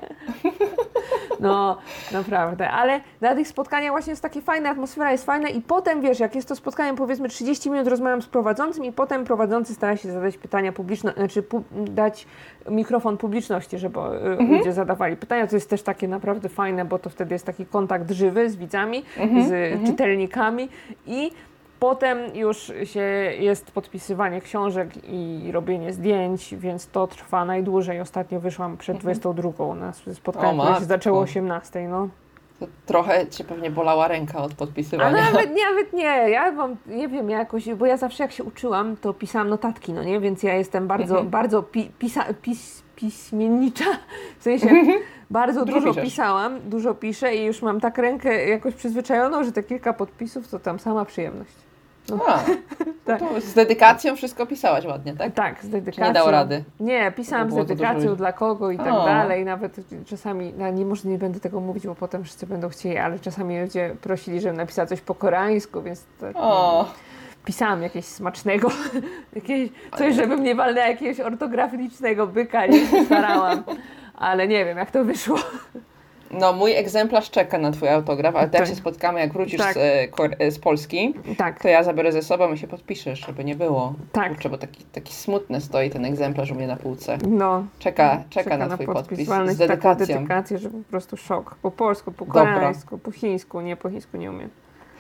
No, naprawdę. Ale na tych spotkaniach właśnie jest takie fajne, atmosfera jest fajna i potem, wiesz, jak jest to spotkanie, powiedzmy trzydzieści minut rozmawiam z prowadzącym i potem prowadzący stara się zadać pytania publiczne, znaczy pu- dać mikrofon publiczności, żeby mhm. ludzie zadawali pytania. To jest też takie naprawdę fajne, bo to wtedy jest taki kontakt żywy z widzami, mhm. z mhm. czytelnikami i potem już się jest podpisywanie książek i robienie zdjęć, więc to trwa najdłużej. Ostatnio wyszłam przed dwudziestą drugą na spotkanie, które się zaczęło o osiemnastej. No. To trochę Cię pewnie bolała ręka od podpisywania. A nawet, nawet nie, ja mam, nie wiem, jakoś, bo ja zawsze jak się uczyłam, to pisałam notatki, no nie, więc ja jestem bardzo, mhm. bardzo pi, pisa, pis, piśmiennicza, w sensie bardzo dużo, dużo pisałam, dużo piszę i już mam tak rękę jakoś przyzwyczajoną, że te kilka podpisów to tam sama przyjemność. No. A, tak. To z dedykacją wszystko pisałaś ładnie, tak? Tak, z dedykacją. Czy nie dało rady? Nie, pisałam z dedykacją dla kogo i tak o. dalej. Nawet czasami, no nie może nie będę tego mówić, bo potem wszyscy będą chcieli, ale czasami ludzie prosili, żebym napisała coś po koreańsku, więc tak, no, pisałam jakieś smacznego, jakieś, coś, żebym nie walnęła jakiegoś ortograficznego byka, nie się starałam. Ale nie wiem, jak to wyszło. No, mój egzemplarz czeka na Twój autograf, ale tak. jak się spotkamy, jak wrócisz tak. z, z Polski, tak. to ja zabiorę ze sobą i się podpiszesz, żeby nie było. Tak. Kurczę, bo taki, taki smutny stoi ten egzemplarz u mnie na półce. No. Czeka, czeka, czeka na Twój na podpis z dedykacją. dedykację, że po prostu szok. Po polsku, po koreańsku, po chińsku. Nie, po chińsku nie umiem.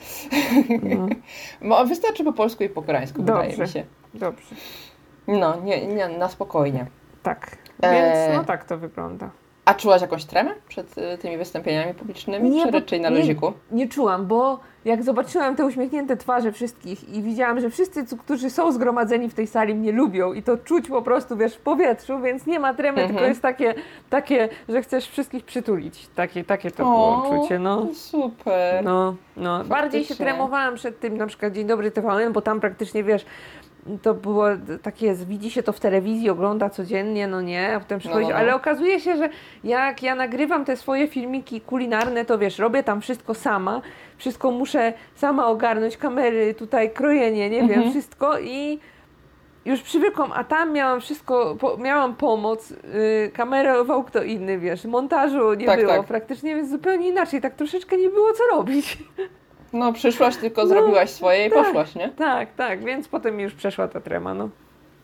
No. Wystarczy po polsku i po koreańsku, Dobrze. wydaje mi się. Dobrze. No, nie, nie, na spokojnie. Tak, więc e... no tak to wygląda. A czułaś jakąś tremę przed y, tymi wystąpieniami publicznymi, nie, czy raczej na luziku? Nie, nie czułam, bo jak zobaczyłam te uśmiechnięte twarze wszystkich i widziałam, że wszyscy, którzy są zgromadzeni w tej sali, mnie lubią i to czuć po prostu, wiesz, w powietrzu, więc nie ma tremy, mhm. tylko jest takie, takie, że chcesz wszystkich przytulić. Takie, takie to było o, uczucie, no. Super. No, no. Bardziej się tremowałam przed tym, na przykład Dzień Dobry T V N, bo tam praktycznie, wiesz, to było takie, widzi się to w telewizji, ogląda codziennie, no nie, a potem przychodzi, no, no. ale okazuje się, że jak ja nagrywam te swoje filmiki kulinarne, to wiesz, robię tam wszystko sama, wszystko muszę sama ogarnąć, kamery, tutaj krojenie, nie mhm. wiem, wszystko i już przywykłam, a tam miałam wszystko, po, miałam pomoc, yy, kamerował kto inny, wiesz, montażu nie tak, było tak. praktycznie, więc zupełnie inaczej, tak troszeczkę nie było co robić. No przyszłaś, tylko no, zrobiłaś swoje i tak, poszłaś, nie? Tak, tak, więc potem już przeszła ta trema, no.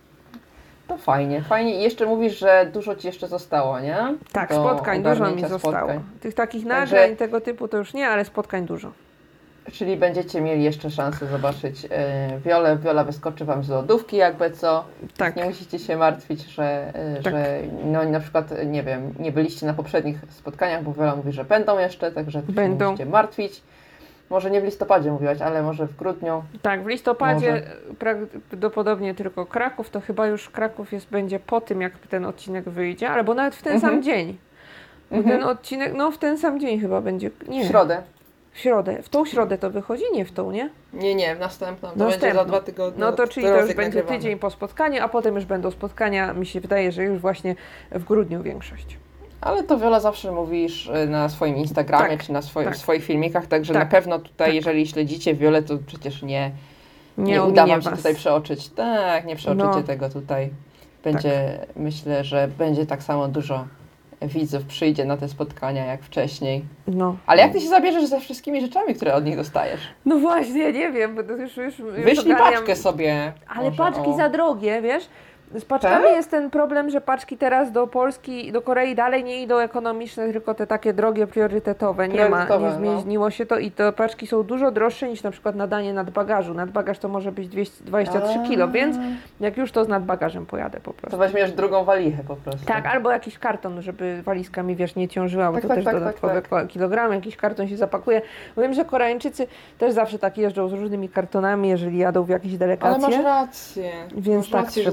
To fajnie, fajnie. I jeszcze mówisz, że dużo Ci jeszcze zostało, nie? Tak, Do spotkań dużo mi zostało. Spotkań. Tych takich nagrań, Także... tego typu to już nie, ale spotkań dużo. Czyli będziecie mieli jeszcze szansę zobaczyć yy, Wiolę. Wiola wyskoczy Wam z lodówki jakby co. Tak. Nie musicie się martwić, że, yy, tak. że no, na przykład, nie wiem, nie byliście na poprzednich spotkaniach, bo Wiola mówi, że będą jeszcze, także będą. Nie musicie martwić. Może nie w listopadzie mówiłaś, ale może w grudniu. Tak, w listopadzie może. Prawdopodobnie tylko Kraków, to chyba już Kraków jest, będzie po tym, jak ten odcinek wyjdzie, albo nawet w ten mhm. sam dzień. Mhm. Ten odcinek, no w ten sam dzień chyba będzie. Nie. W środę. W środę. W tą środę to wychodzi? Nie w tą, nie? Nie, nie, w następną. To następną. Będzie za dwa tygodnie. No to czyli to już będzie nagrywamy. Tydzień po spotkaniu, a potem już będą spotkania. Mi się wydaje, że już właśnie w grudniu większość. Ale to Wiola zawsze mówisz na swoim Instagramie, tak, czy na swoi, tak. swoich filmikach, także tak, na pewno tutaj, tak. jeżeli śledzicie Wiolę, to przecież nie, nie, nie uda Wam się tutaj przeoczyć. Tak, nie przeoczycie no. tego tutaj. Będzie, tak. myślę, że będzie tak samo dużo widzów przyjdzie na te spotkania jak wcześniej. No. Ale jak Ty się zabierzesz ze wszystkimi rzeczami, które od nich dostajesz? No właśnie, nie wiem, bo to już... już, już Wyślij ogarniam... paczkę sobie. Ale może, paczki o. za drogie, wiesz? Z paczkami tak? jest ten problem, że paczki teraz do Polski, do Korei dalej nie idą ekonomiczne, tylko te takie drogie, priorytetowe. Nie priorytetowe, ma, nie zmieniło no. się to i te paczki są dużo droższe niż na przykład nadanie nadbagażu. Nadbagaż to może być dwieście dwadzieścia trzy kilo, więc jak już to z nadbagażem pojadę po prostu. To weźmiesz drugą walichę po prostu. Tak, albo jakiś karton, żeby walizka mi, wiesz, nie ciążyła, bo tak, to tak, też tak, dodatkowe tak, tak. kilogramy, jakiś karton się zapakuje. Wiem, że Koreańczycy też zawsze tak jeżdżą z różnymi kartonami, jeżeli jadą w jakieś delegacje. Ale masz rację. Więc masz tak rację, trzeba. że to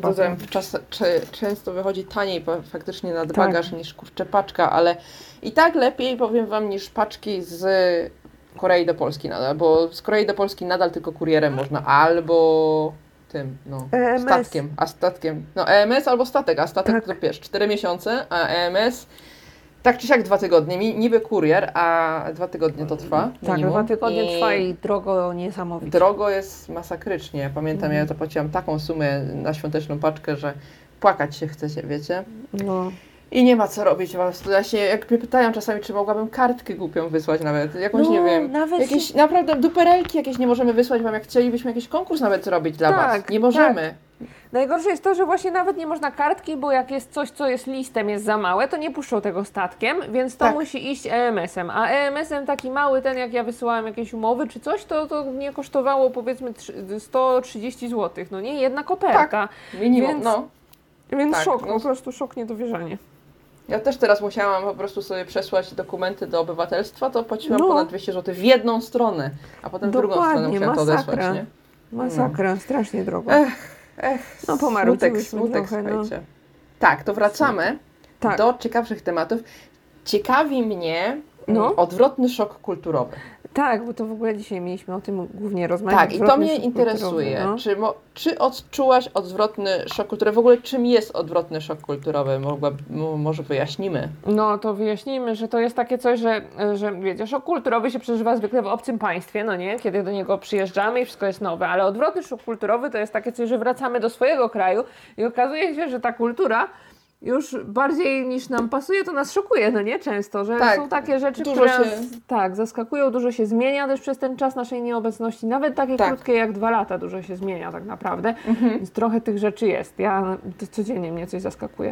czas, czy, często wychodzi taniej faktycznie nadbagaż tak. niż kurczę paczka, ale i tak lepiej, powiem Wam, niż paczki z Korei do Polski nadal, bo z Korei do Polski nadal tylko kurierem można, albo tym, no, E M S. statkiem, a statkiem, no E M S albo statek, a statek tak. to wiesz, cztery miesiące, a E M S tak czy siak dwa tygodnie, niby kurier, a dwa tygodnie to trwa. Tak, minimum. dwa tygodnie I trwa i drogo niesamowicie. Drogo jest masakrycznie. Pamiętam, mhm. ja zapłaciłam taką sumę na świąteczną paczkę, że płakać się chcecie, wiecie? No. I nie ma co robić. Ja się, jak mnie pytają czasami, czy mogłabym kartkę głupią wysłać nawet, jakąś, no, nie wiem, nawet jakieś się... naprawdę duperelki jakieś nie możemy wysłać Wam, jak chcielibyśmy jakiś konkurs nawet zrobić dla tak, Was. Nie możemy. Tak. Najgorsze jest to, że właśnie nawet nie można kartki, bo jak jest coś, co jest listem, jest za małe, to nie puszczą tego statkiem, więc to tak. musi iść E M S-em. A E M S-em taki mały, ten jak ja wysyłałam jakieś umowy czy coś, to, to mnie kosztowało powiedzmy sto trzydzieści złotych. No nie, jedna koperta. Tak, minimum, więc, no. Więc tak, szok, no. po prostu szok, niedowierzanie. Ja też teraz musiałam po prostu sobie przesłać dokumenty do obywatelstwa, to płaciłam no. ponad dwieście złotych w jedną stronę, a potem w drugą stronę musiałam to odesłać, nie? Masakra, no. strasznie drogo. Ech, ech, no smutek, smutek, trochę, słuchajcie. No. Tak, to wracamy tak. do ciekawszych tematów. Ciekawi mnie no. odwrotny szok kulturowy. Tak, bo to w ogóle dzisiaj mieliśmy o tym głównie rozmawiać. Tak, i to mnie interesuje. No. Czy, mo, czy odczułaś odwrotny szok kulturowy? W ogóle czym jest odwrotny szok kulturowy? Mogła, może wyjaśnimy? No to wyjaśnijmy, że to jest takie coś, że, że wiecie, szok kulturowy się przeżywa zwykle w obcym państwie, no nie? Kiedy do niego przyjeżdżamy i wszystko jest nowe, ale odwrotny szok kulturowy to jest takie coś, że wracamy do swojego kraju i okazuje się, że ta kultura już bardziej niż nam pasuje, to nas szokuje, no nie? Często, że tak, są takie rzeczy, które się... nas, tak, zaskakują, dużo się zmienia też przez ten czas naszej nieobecności, nawet takie tak. krótkie jak dwa lata dużo się zmienia tak naprawdę, mhm. więc trochę tych rzeczy jest. Ja to codziennie mnie coś zaskakuje.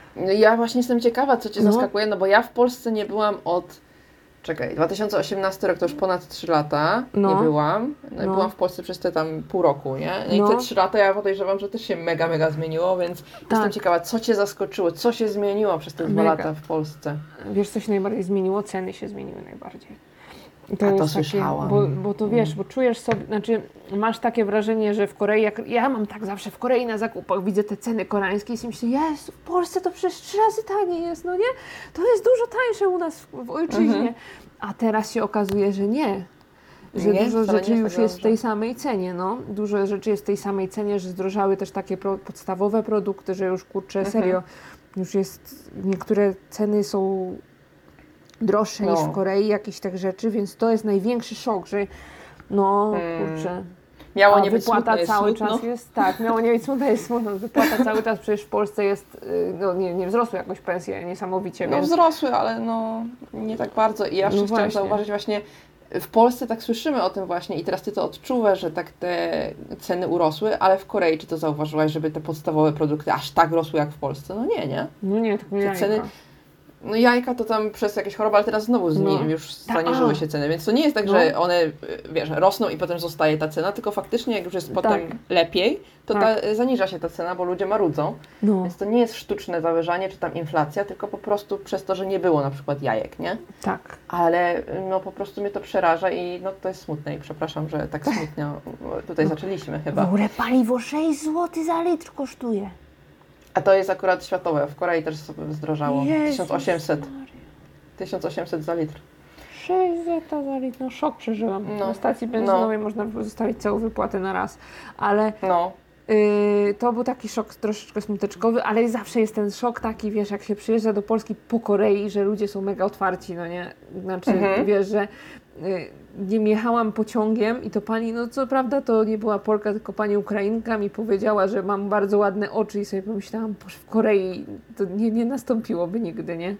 Ja właśnie jestem ciekawa, co Cię no. zaskakuje, no bo ja w Polsce nie byłam od... Czekaj, dwa tysiące osiemnasty rok to już ponad trzy lata, no. nie byłam. No, no. Byłam w Polsce przez te tam pół roku, nie? No i no. te trzy lata ja podejrzewam, że też się mega, mega zmieniło, więc tak. jestem ciekawa, co Cię zaskoczyło, co się zmieniło przez te dwa lata w Polsce? Wiesz, co się najbardziej zmieniło? Ceny się zmieniły najbardziej. To A to słyszałam. Takie, bo, bo to wiesz, bo czujesz sobie, znaczy masz takie wrażenie, że w Korei, jak ja mam tak zawsze w Korei na zakupach, widzę te ceny koreańskie i sobie myślę, jest, w Polsce to przecież trzy razy taniej jest, no nie? To jest dużo tańsze u nas w, w ojczyźnie. Mhm. A teraz się okazuje, że nie. Że nie, dużo rzeczy już jest w tej samej cenie, no. Dużo rzeczy jest w tej samej cenie, że zdrożały też takie pro, podstawowe produkty, że już kurczę, mhm. serio, już jest, niektóre ceny są droższe no. niż w Korei, jakieś tak rzeczy, więc to jest największy szok, że no hmm. kurczę. Miało A nie być wypłata smutno, cały jest czas smutno. jest, tak, miało nie być smutno, jest smutno. Wypłata cały czas przecież w Polsce jest, no nie, nie wzrosły jakoś pensje niesamowicie. No więc... wzrosły, ale no nie tak bardzo i ja jeszcze no chciałam właśnie. zauważyć właśnie, w Polsce tak słyszymy o tym właśnie i teraz Ty to odczuwasz, że tak te ceny urosły, ale w Korei czy to zauważyłaś, żeby te podstawowe produkty aż tak rosły jak w Polsce? No nie, nie? No nie, tylko jajka. Ceny, no jajka to tam przez jakieś choroby, ale teraz znowu zni- no. już zaniżyły się ceny, więc to nie jest tak, no. że one, wiesz, rosną i potem zostaje ta cena, tylko faktycznie jak już jest potem tak. lepiej, to tak. ta, zaniża się ta cena, bo ludzie marudzą, no. więc to nie jest sztuczne zawyżanie czy tam inflacja, tylko po prostu przez to, że nie było na przykład jajek, nie? Tak. Ale no po prostu mnie to przeraża i no to jest smutne i przepraszam, że tak smutno tutaj no. zaczęliśmy chyba. W ogóle paliwo sześć złotych za litr kosztuje. A to jest akurat światowe. W Korei też sobie zdrożało. Jezus tysiąc osiemset. tysiąc osiemset za litr. sześć złotych za litr. No szok przeżyłam. No. Na stacji benzynowej no. można zostawić całą wypłatę na raz. Ale no. yy, to był taki szok troszeczkę smuteczkowy, ale zawsze jest ten szok taki, wiesz, jak się przyjeżdża do Polski po Korei, że ludzie są mega otwarci, no nie? Znaczy, mhm. wiesz, że nie jechałam pociągiem i to pani, no co prawda to nie była Polka, tylko pani Ukrainka mi powiedziała, że mam bardzo ładne oczy i sobie pomyślałam, boże, w Korei to nie, nie nastąpiłoby nigdy, nie?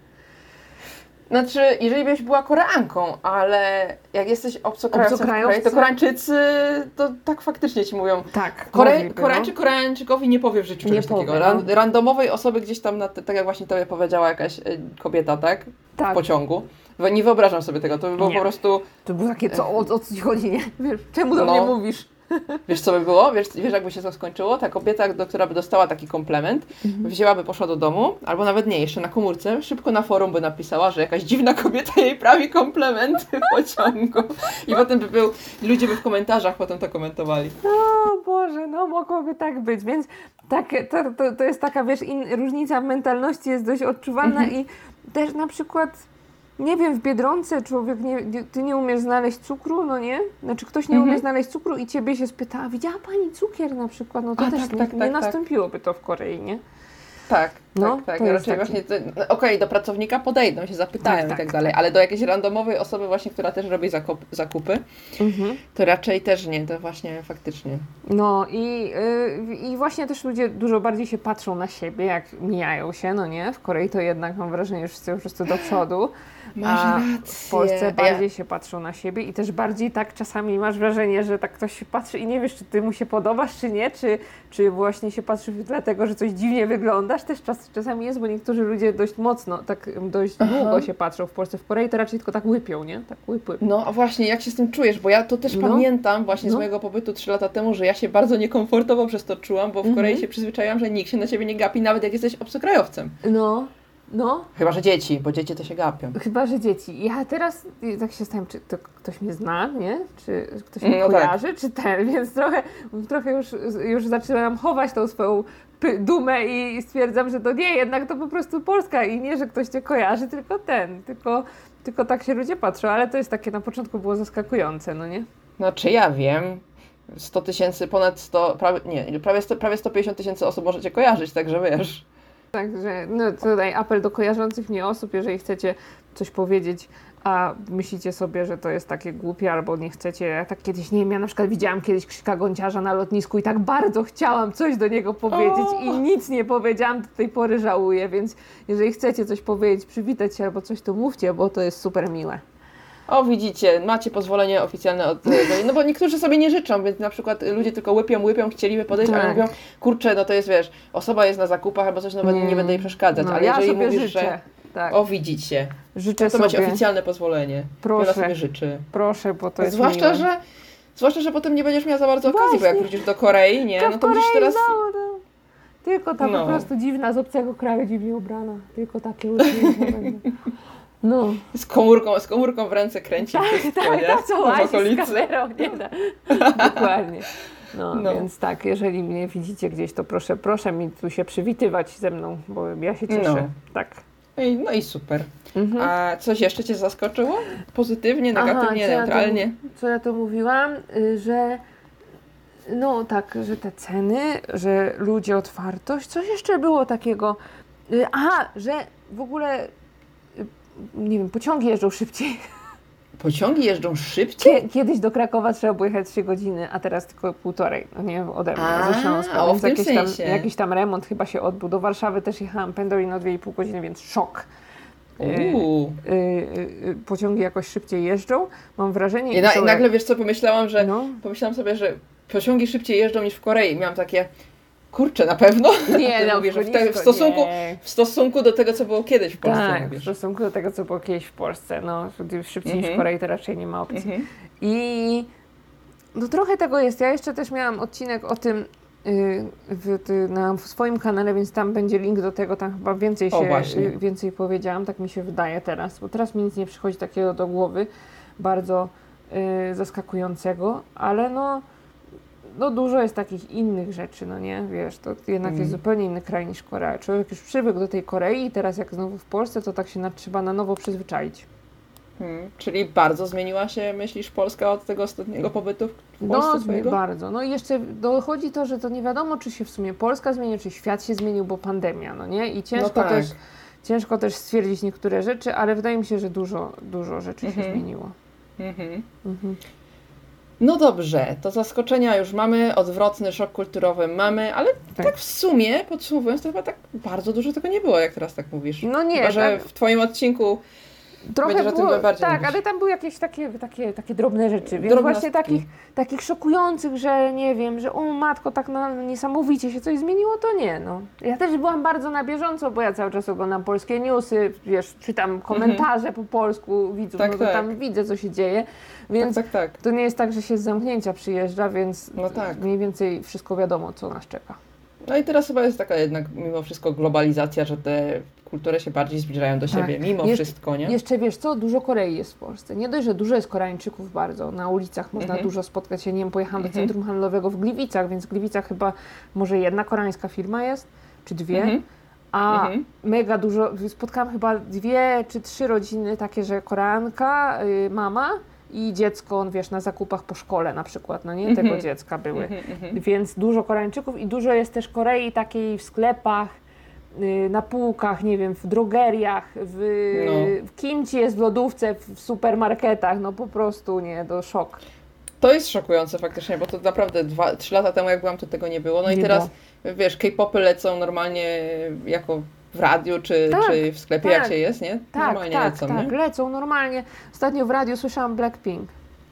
Znaczy, jeżeli byś była Koreanką, ale jak jesteś obcokrajowcem, to Koreańczycy to tak faktycznie ci mówią. Tak. Kore, Koreańczyk Koreańczykowi nie powie w życiu czegoś powie, takiego. Ran, randomowej osoby gdzieś tam, na te, tak jak właśnie tobie powiedziała jakaś kobieta, tak? Tak. W pociągu. Nie wyobrażam sobie tego, to by było nie. po prostu... To było takie, co, o, o co ci chodzi, nie? Wiesz, czemu do no. mnie mówisz? Wiesz, co by było? Wiesz, wiesz, jakby się to skończyło? Ta kobieta, do, która by dostała taki komplement, mhm. wzięłaby, poszła do domu, albo nawet nie, jeszcze na komórce, szybko na forum by napisała, że jakaś dziwna kobieta jej prawi komplementy w pociągu. I potem by był, ludzie by w komentarzach potem to komentowali. O Boże, no mogłoby tak być, więc Tak, to, to, to jest taka, wiesz, in, różnica w mentalności jest dość odczuwalna i też na przykład, nie wiem, w Biedronce człowiek, nie, nie, ty nie umiesz znaleźć cukru, no nie? Znaczy ktoś nie umie znaleźć cukru i ciebie się spyta, a widziała pani cukier na przykład, no to A, też tak, nie, tak, nie tak, nastąpiłoby to w Korei, nie? Tak, No, tak, tak. to jest Raczej taki- właśnie, to- no, okej, do pracownika podejdą, się zapytają Tak, i tak, tak dalej, ale do jakiejś randomowej osoby właśnie, która też robi zakup, zakupy, Mhm. to raczej też nie, to właśnie faktycznie. No i, yy, i właśnie też ludzie dużo bardziej się patrzą na siebie, jak mijają się, no nie? W Korei to jednak mam wrażenie, że wszyscy po prostu do przodu. Masz a rację. w Polsce Ja- bardziej się patrzą na siebie i też bardziej tak czasami masz wrażenie, że tak ktoś się patrzy i nie wiesz, czy ty mu się podobasz, czy nie, czy, czy właśnie się patrzy dlatego, że coś dziwnie wyglądasz. Też czas, czasami jest, bo niektórzy ludzie dość mocno, tak dość Aha. długo się patrzą w Polsce. W Korei to raczej tylko tak łypią, nie? Tak łyp, łyp. No a właśnie, jak się z tym czujesz? Bo ja to też No. pamiętam właśnie z No. mojego pobytu trzy lata temu, że ja się bardzo niekomfortowo przez to czułam, bo w Mhm. Korei się przyzwyczaiłam, że nikt się na ciebie nie gapi, nawet jak jesteś obcokrajowcem. No, no. Chyba, że dzieci, bo dzieci to się gapią. Chyba, że dzieci. Ja teraz y, tak się zastanawiam, czy to ktoś mnie zna, nie? Czy ktoś mnie No tak. kojarzy, czy ten, więc trochę, trochę już, już zaczynam chować tą swoją py- dumę i stwierdzam, że to nie, jednak to po prostu Polska i nie, że ktoś cię kojarzy, tylko ten, tylko, tylko tak się ludzie patrzą, ale to jest takie, na początku było zaskakujące, no nie? Znaczy ja wiem, sto tysięcy, ponad sto, prawie, nie, prawie, sto, prawie sto pięćdziesiąt tysięcy osób możecie kojarzyć, także wiesz. Także no, tutaj apel do kojarzących mnie osób, jeżeli chcecie coś powiedzieć, a myślicie sobie, że to jest takie głupie albo nie chcecie, ja tak kiedyś, nie wiem, ja na przykład widziałam kiedyś Krzyka Gonciarza na lotnisku i tak bardzo chciałam coś do niego powiedzieć O! i nic nie powiedziałam, do tej pory żałuję, więc jeżeli chcecie coś powiedzieć, przywitać się albo coś, to mówcie, bo to jest super miłe. O, widzicie, macie pozwolenie oficjalne od tego. No bo niektórzy sobie nie życzą, więc na przykład ludzie tylko łypią, łypią, chcieliby podejść, ale Tak. mówią, kurczę, no to jest, wiesz, osoba jest na zakupach albo coś, no nie, nie będę jej przeszkadzać, No, ale ja jeżeli sobie mówisz, życzę, że tak, o, widzicie, życzę to sobie, macie oficjalne pozwolenie. Proszę. Wiola sobie życzy. proszę, bo to jest Zwłaszcza, miłe. że zwłaszcza, że potem nie będziesz miała za bardzo okazji, bo jak Właśnie. wrócisz do Korei, nie, no to musisz teraz... No, no. Tylko ta No. po prostu dziwna, z obcego kraju, dziwnie ubrana. Tylko takie uśmiechy będą. No. Z komórką, z komórką w ręce kręci wszystko, Tak, nie? to co W łazi z okolicy. kamerą, nie da. Dokładnie. No, No. więc tak, jeżeli mnie widzicie gdzieś, to proszę, proszę mi tu się przywitywać ze mną, bo ja się cieszę. No. Tak. No i, no i super. Mhm. A coś jeszcze Cię zaskoczyło? Pozytywnie, negatywnie, co neutralnie? Ja tu, co ja tu mówiłam, y, że no tak, że te ceny, że ludzie otwartość, coś jeszcze było takiego, y, aha, że w ogóle, y, nie wiem, pociągi jeżdżą szybciej. Pociągi jeżdżą szybciej? Kie- Kiedyś do Krakowa trzeba było jechać trzy godziny, a teraz tylko półtorej, no nie, ode mnie, A, ze Śląska. o, Więc w tym jakiś tam, sensie. jakiś tam remont chyba się odbył. Do Warszawy też jechałam pendolino dwie i pół godziny, więc szok. Y, Uuu. y, y, y, pociągi jakoś szybciej jeżdżą, mam wrażenie. I, na, są I nagle jak- wiesz co, pomyślałam, że No. pomyślałam sobie, że pociągi szybciej jeżdżą niż w Korei. Miałam takie, kurczę, na pewno? Nie, To no, mówię, że w, nisko, te, w, stosunku, nie. w stosunku do tego, co było kiedyś w Polsce, Tak, w mówisz. stosunku do tego, co było kiedyś w Polsce. No, szybciej niż w Mhm. Korei to raczej nie ma opcji. Mhm. I no trochę tego jest. Ja jeszcze też miałam odcinek o tym yy, w, ty, na w swoim kanale, więc tam będzie link do tego, tam chyba więcej O, się właśnie. yy, więcej powiedziałam, tak mi się wydaje teraz, bo teraz mi nic nie przychodzi takiego do głowy, bardzo yy, zaskakującego, ale no no dużo jest takich innych rzeczy, no nie, wiesz, to jednak Mm. jest zupełnie inny kraj niż Korea. Człowiek już przywykł do tej Korei i teraz jak znowu w Polsce, to tak się na, trzeba na nowo przyzwyczaić. Hmm. Czyli bardzo zmieniła się, myślisz, Polska od tego ostatniego pobytu w Polsce No, swojego? bardzo. No i jeszcze dochodzi to, że to nie wiadomo, czy się w sumie Polska zmieni, czy świat się zmienił, bo pandemia, no nie? I ciężko, No tak. też, ciężko też stwierdzić niektóre rzeczy, ale wydaje mi się, że dużo, dużo rzeczy się Mhm. zmieniło. Mhm. Mhm. No dobrze, to zaskoczenia już mamy, odwrotny szok kulturowy mamy, ale tak, Tak. w sumie, podsumowując, to chyba tak bardzo dużo tego nie było, jak teraz tak mówisz. No nie, Chyba, że tak- w Twoim odcinku Trochę Będziesz o tym było, bardziej tak, mówić. ale tam były jakieś takie, takie, takie drobne rzeczy, więc Drobnostki. właśnie takich, takich szokujących, że nie wiem, że o matko, tak na, niesamowicie się coś zmieniło, to nie, no. Ja też byłam bardzo na bieżąco, bo ja cały czas oglądam polskie newsy, wiesz, czytam komentarze po polsku widzów, Tak, no to tak. tam widzę, co się dzieje, więc tak, tak, tak. to nie jest tak, że się z zamknięcia przyjeżdża, więc No tak. mniej więcej wszystko wiadomo, co nas czeka. No i teraz chyba jest taka jednak mimo wszystko globalizacja, że te kultury się bardziej zbliżają do siebie, Tak. mimo Jeszcze- wszystko, nie? Jeszcze wiesz co, dużo Korei jest w Polsce. Nie dość, że dużo jest Koreańczyków bardzo. Na ulicach można Mhm. dużo spotkać. Ja nie wiem, pojechałam do Mhm. centrum handlowego w Gliwicach, więc w Gliwicach chyba może jedna koreańska firma jest, czy dwie. Mhm. A Mhm. mega dużo, spotkałam chyba dwie czy trzy rodziny takie, że Koreanka, y, mama i dziecko, wiesz, na zakupach po szkole na przykład, no nie, Mhm. tego dziecka były. Mhm, mhm. Więc dużo Koreańczyków i dużo jest też Korei takiej w sklepach, y, na półkach, nie wiem, w drogeriach, w, No. w kimchi jest w lodówce, w supermarketach, no po prostu nie, to szok. To jest szokujące faktycznie, bo to naprawdę dwa, trzy lata temu jak byłam, to tego nie było. No i Nie teraz, wiesz, K-popy lecą normalnie jako w radiu, czy, Tak, czy w sklepie, tak. jak się jest, nie? Tak, Normalnie tak, lecą, tak, nie? lecą normalnie. Ostatnio w radiu słyszałam Blackpink.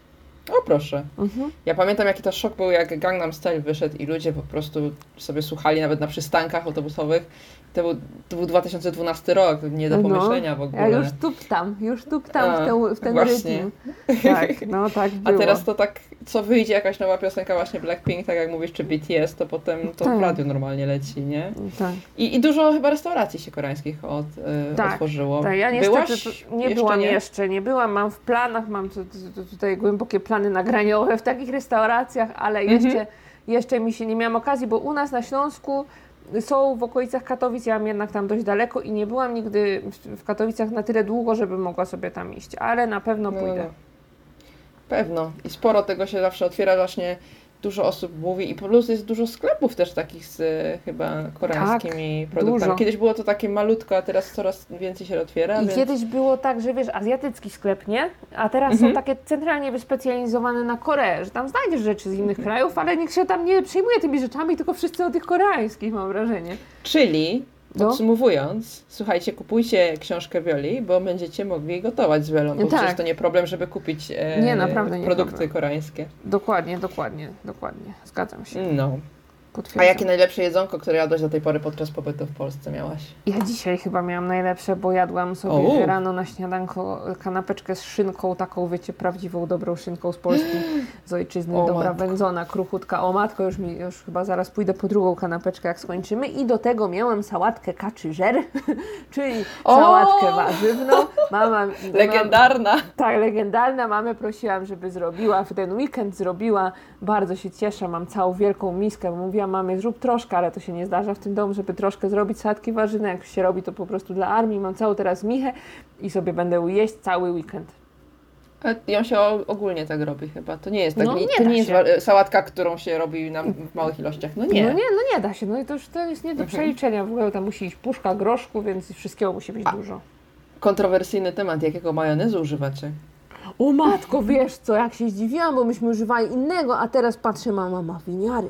O proszę. Mhm. Ja pamiętam, jaki to szok był, jak Gangnam Style wyszedł i ludzie po prostu sobie słuchali nawet na przystankach autobusowych. To był, to był dwa tysiące dwunasty rok, nie do No. pomyślenia w ogóle. Ja już tuptam, już tuptam A, w, tę, w ten właśnie. rytm. Tak, no tak A było. teraz to tak, co wyjdzie jakaś nowa piosenka właśnie Blackpink, tak jak mówisz, czy B T S, to potem to Tak. w radiu normalnie leci, nie? Tak, I, i dużo chyba restauracji się koreańskich od, y, Tak, otworzyło. tak, ja niestety Byłaś to nie jeszcze byłam nie? jeszcze, nie byłam, mam w planach, mam tu, tu, tutaj głębokie plany nagraniowe w takich restauracjach, ale Mhm. jeszcze, jeszcze mi się nie miałam okazji, bo u nas na Śląsku są w okolicach Katowic, ja mam jednak tam dość daleko i nie byłam nigdy w, w Katowicach na tyle długo, żeby mogła sobie tam iść, ale na pewno No, pójdę. no. Pewno. I sporo tego się zawsze otwiera, właśnie dużo osób mówi i plus jest dużo sklepów też takich z y, chyba koreańskimi produktami. dużo. Kiedyś było to takie malutko, a teraz coraz więcej się otwiera. I więc... kiedyś było tak, że wiesz, azjatycki sklep, nie? A teraz Mhm. są takie centralnie wyspecjalizowane na Koreę, że tam znajdziesz rzeczy z innych krajów, ale nikt się tam nie przejmuje tymi rzeczami, tylko wszyscy o tych koreańskich, mam wrażenie. Czyli, No. podsumowując, słuchajcie, kupujcie książkę Wioli, bo będziecie mogli gotować z Wiolą, bo Tak. przecież to nie problem, żeby kupić e, Nie, naprawdę nie produkty problem. koreańskie. Dokładnie, dokładnie, dokładnie. Zgadzam się. No. A Potwierdzam. jakie najlepsze jedzonko, które jadłaś do tej pory podczas pobytu w Polsce miałaś? Ja dzisiaj chyba miałam najlepsze, bo jadłam sobie O. rano na śniadanko kanapeczkę z szynką, taką wiecie, prawdziwą, dobrą szynką z Polski, z ojczyzny, O, dobra, matko. wędzona, kruchutka. O matko, już mi, już chyba zaraz pójdę po drugą kanapeczkę, jak skończymy. I do tego miałam sałatkę kaczy żer, czyli O. sałatkę warzywną. Mama, Legendarna! Mam, tak, legendarna. Mamę prosiłam, żeby zrobiła, w ten weekend zrobiła. Bardzo się cieszę, mam całą wielką miskę. Mówiłam mamie, zrób troszkę, ale to się nie zdarza w tym domu, żeby troszkę zrobić sałatki warzywne. Jak już się robi, to po prostu dla armii. Mam całą teraz michę i sobie będę jeść cały weekend. A ją się o- ogólnie tak robi chyba. To nie jest tak, No, nie, nie to da nie jest się. wa- sałatka, którą się robi na, w małych ilościach. No nie. No nie, no nie da się. No i to już to jest nie do Mhm. przeliczenia. W ogóle tam musi iść puszka groszku, więc wszystkiego musi być A. dużo. Kontrowersyjny temat. Jakiego majonezu używacie? O matko, wiesz co, jak się zdziwiłam, bo myśmy używali innego, a teraz patrzę, mama ma winiary.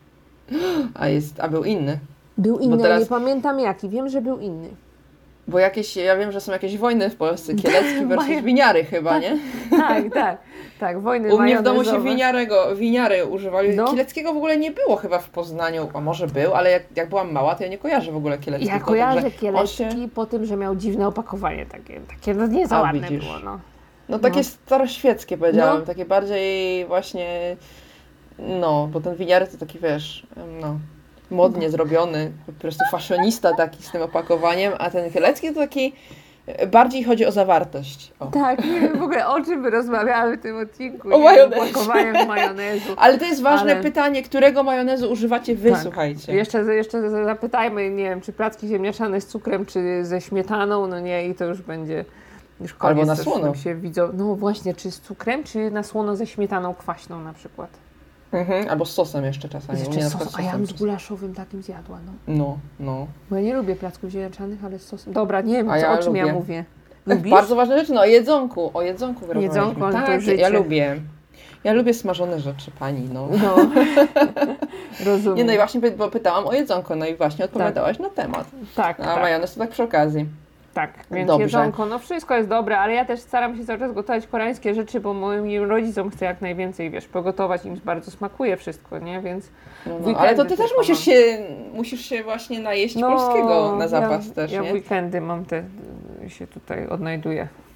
A, jest, a był inny. Był inny, teraz- ale nie pamiętam jaki. Wiem, że był inny. Bo jakieś, ja wiem, że są jakieś wojny w Polsce. Kielecki versus Majo- winiary chyba, nie? Tak, tak, tak, wojny U mnie w domu się majonezowe. winiarego, winiary używali. No. Kieleckiego w ogóle nie było chyba w Poznaniu, a może był, ale jak, jak byłam mała, to ja nie kojarzę w ogóle Kieleckiego. Ja kojarzę także Kielecki on się- po tym, że miał dziwne opakowanie takie, takie no nie za A, ładne widzisz. było, no. No takie No. staroświeckie powiedziałam, No. takie bardziej właśnie, no, bo ten winiary to taki, wiesz, no, modnie zrobiony, po prostu fashionista taki z tym opakowaniem, a ten Kielecki to taki, e, bardziej chodzi o zawartość. O. Tak, nie wiem w ogóle o czym my rozmawiamy w tym odcinku. O nie? majonezie. Opakowaniach majonezu. Ale to jest ważne Ale- pytanie, którego majonezu używacie wy, Tak. słuchajcie. Jeszcze, jeszcze zapytajmy, nie wiem, czy placki ziemniaczane z cukrem, czy ze śmietaną, no nie, i to już będzie już koniec. Albo na też słono. nam się widzą. No właśnie, czy z cukrem, czy na słono ze śmietaną kwaśną na przykład. Mhm, albo z sosem jeszcze czasami. u mnie Jeszcze na sos, przykład a ja bym z czasem. gulaszowym takim zjadła, no. No, no. Bo ja nie lubię placków ziemniaczanych, ale z sosem. Dobra, nie wiem, A co, ja o czym ja lubię. mówię. Lubisz? Bardzo ważne rzeczy, no o jedzonku, o jedzonku rozmawialiśmy. Jedzonko, no to Tak, życie. ja lubię. Ja lubię smażone rzeczy, pani, no. No, rozumiem. Nie, no i właśnie py- bo pytałam o jedzonko, no i właśnie odpowiadałaś na temat. Tak, A tak, majonez to tak przy okazji. tak. Więc Dobrze. jedzonko, no wszystko jest dobre, ale ja też staram się cały czas gotować koreańskie rzeczy, bo moim rodzicom chcę jak najwięcej, wiesz, pogotować, im bardzo smakuje wszystko, nie, więc No, no. Weekendy Ale to ty też tylko musisz mam. się, musisz się właśnie najeść polskiego na zapas ja, też, ja nie? w weekendy mam te, się tutaj odnajduję.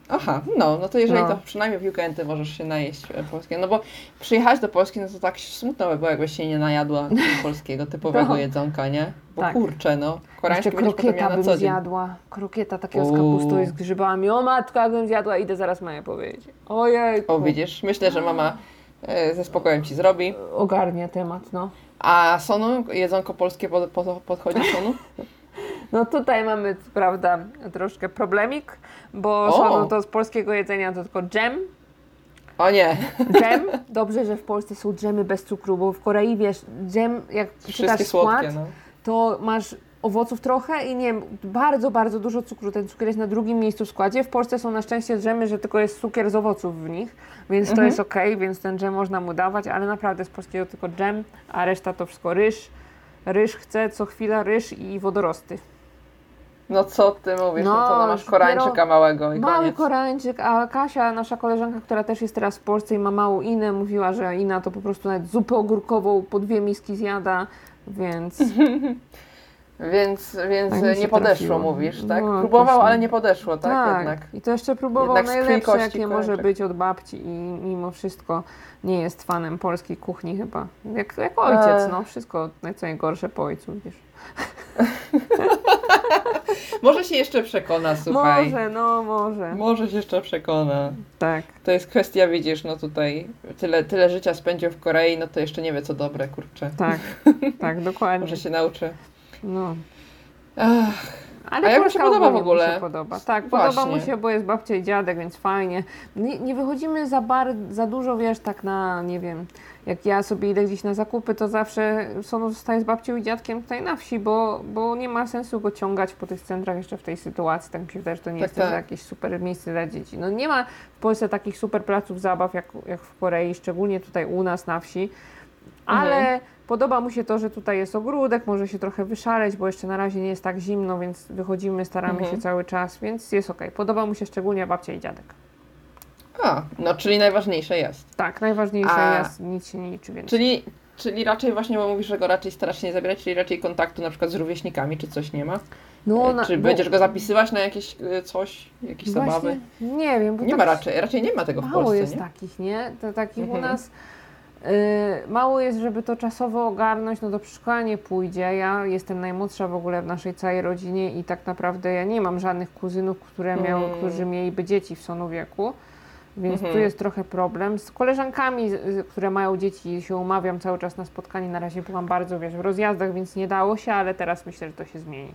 Aha, no, no to jeżeli No. to przynajmniej w weekendy możesz się najeść e, polskiego, no bo przyjechać do Polski, no to tak smutno by było, jakbyś się nie najadła polskiego, typowego No. jedzonka, nie? Bo Tak. kurczę, no, koreańskie Jeszcze będziesz potem miała krokieta na bym co dzień. zjadła. Krokieta takiego z Uuu. kapustą i z grzybami. O matko, jakbym zjadła, idę zaraz Maję powiedzieć. Ojej. O, widzisz, myślę, że mama e, ze spokojem ci zrobi. Ogarnia temat, no. A Sonu, jedzonko polskie pod, pod, podchodzi Sonu? No tutaj mamy, co prawda, troszkę problemik, bo O. są to z polskiego jedzenia to tylko dżem. O nie, Dżem. Dobrze, że w Polsce są dżemy bez cukru, bo w Korei, wiesz, dżem, jak czytasz wszystkie skład, słodkie, no. to masz owoców trochę i nie wiem, bardzo, bardzo dużo cukru. Ten cukier jest na drugim miejscu w składzie. W Polsce są na szczęście dżemy, że tylko jest cukier z owoców w nich, więc to Mhm. jest okej, więc ten dżem można mu dawać, ale naprawdę z polskiego tylko dżem, a reszta to wszystko ryż. Ryż chce co chwila ryż i wodorosty. No co ty mówisz, no, No, to no masz dopiero Koreańczyka małego i Mały koniec. Koreańczyk, a Kasia, nasza koleżanka, która też jest teraz w Polsce i ma małą Inę, mówiła, że Ina to po prostu nawet zupę ogórkową po dwie miski zjada, więc Więc, więc Tak mi się nie podeszło, trafiło. mówisz, tak? No, Próbował, jakoś ale nie. nie podeszło, tak? tak. Jednak. I to jeszcze próbował Jednak z krwi najlepsze, kości jakie może Koreańczyk. być od babci i mimo wszystko nie jest fanem polskiej kuchni chyba. Jak, jak ojciec, Eee. no wszystko co najgorsze po ojcu, wiesz. Może się jeszcze przekona, słuchaj. Może, no może. Może się jeszcze przekona. Tak. To jest kwestia, widzisz, no tutaj tyle, tyle życia spędził w Korei, no to jeszcze nie wie, co dobre, kurczę. Tak, tak, dokładnie. Może się nauczy. No. Ach, Ale A jak mu Polska się podoba w ogólnie ogóle? Mu się podoba. Tak, podoba mu Właśnie. się, bo jest babcia i dziadek, więc fajnie. Nie, nie wychodzimy za bar, za dużo, wiesz, tak na, nie wiem, jak ja sobie idę gdzieś na zakupy, to zawsze Sonu zostaje z babcią i dziadkiem tutaj na wsi, bo, bo nie ma sensu go ciągać po tych centrach jeszcze w tej sytuacji. Tak mi się wydaje, że to nie Tak, jest też tak. jakieś super miejsce dla dzieci. No nie ma w Polsce takich super placów zabaw jak, jak w Korei, szczególnie tutaj u nas na wsi, ale Mhm. podoba mu się to, że tutaj jest ogródek, może się trochę wyszaleć, bo jeszcze na razie nie jest tak zimno, więc wychodzimy, staramy Mhm. się cały czas, więc jest okej. Podoba mu się szczególnie babcia i dziadek. a, no czyli najważniejsze jest. Tak, najważniejsze A. jest, nic się nie liczy więcej. Czyli, czyli raczej właśnie, bo mówisz, że go raczej starasz się nie zabierać, czyli raczej kontaktu na przykład z rówieśnikami, czy coś nie ma? No, E, na- czy bo- będziesz go zapisywać na jakieś e, coś, jakieś Właśnie, zabawy? nie wiem, bo Nie tak ma raczej, raczej nie ma tego w mało Polsce, jest nie? takich, nie? To takich Mhm. u nas y, mało jest, żeby to czasowo ogarnąć, no do przedszkola nie pójdzie. Ja jestem najmłodsza w ogóle w naszej całej rodzinie i tak naprawdę ja nie mam żadnych kuzynów, które miały, Mm. którzy mieliby dzieci w Sonu wieku. Więc Mhm. tu jest trochę problem. Z koleżankami, z- z- które mają dzieci, się umawiam cały czas na spotkanie. Na razie byłam bardzo, wiesz, w rozjazdach, więc nie dało się, ale teraz myślę, że to się zmieni.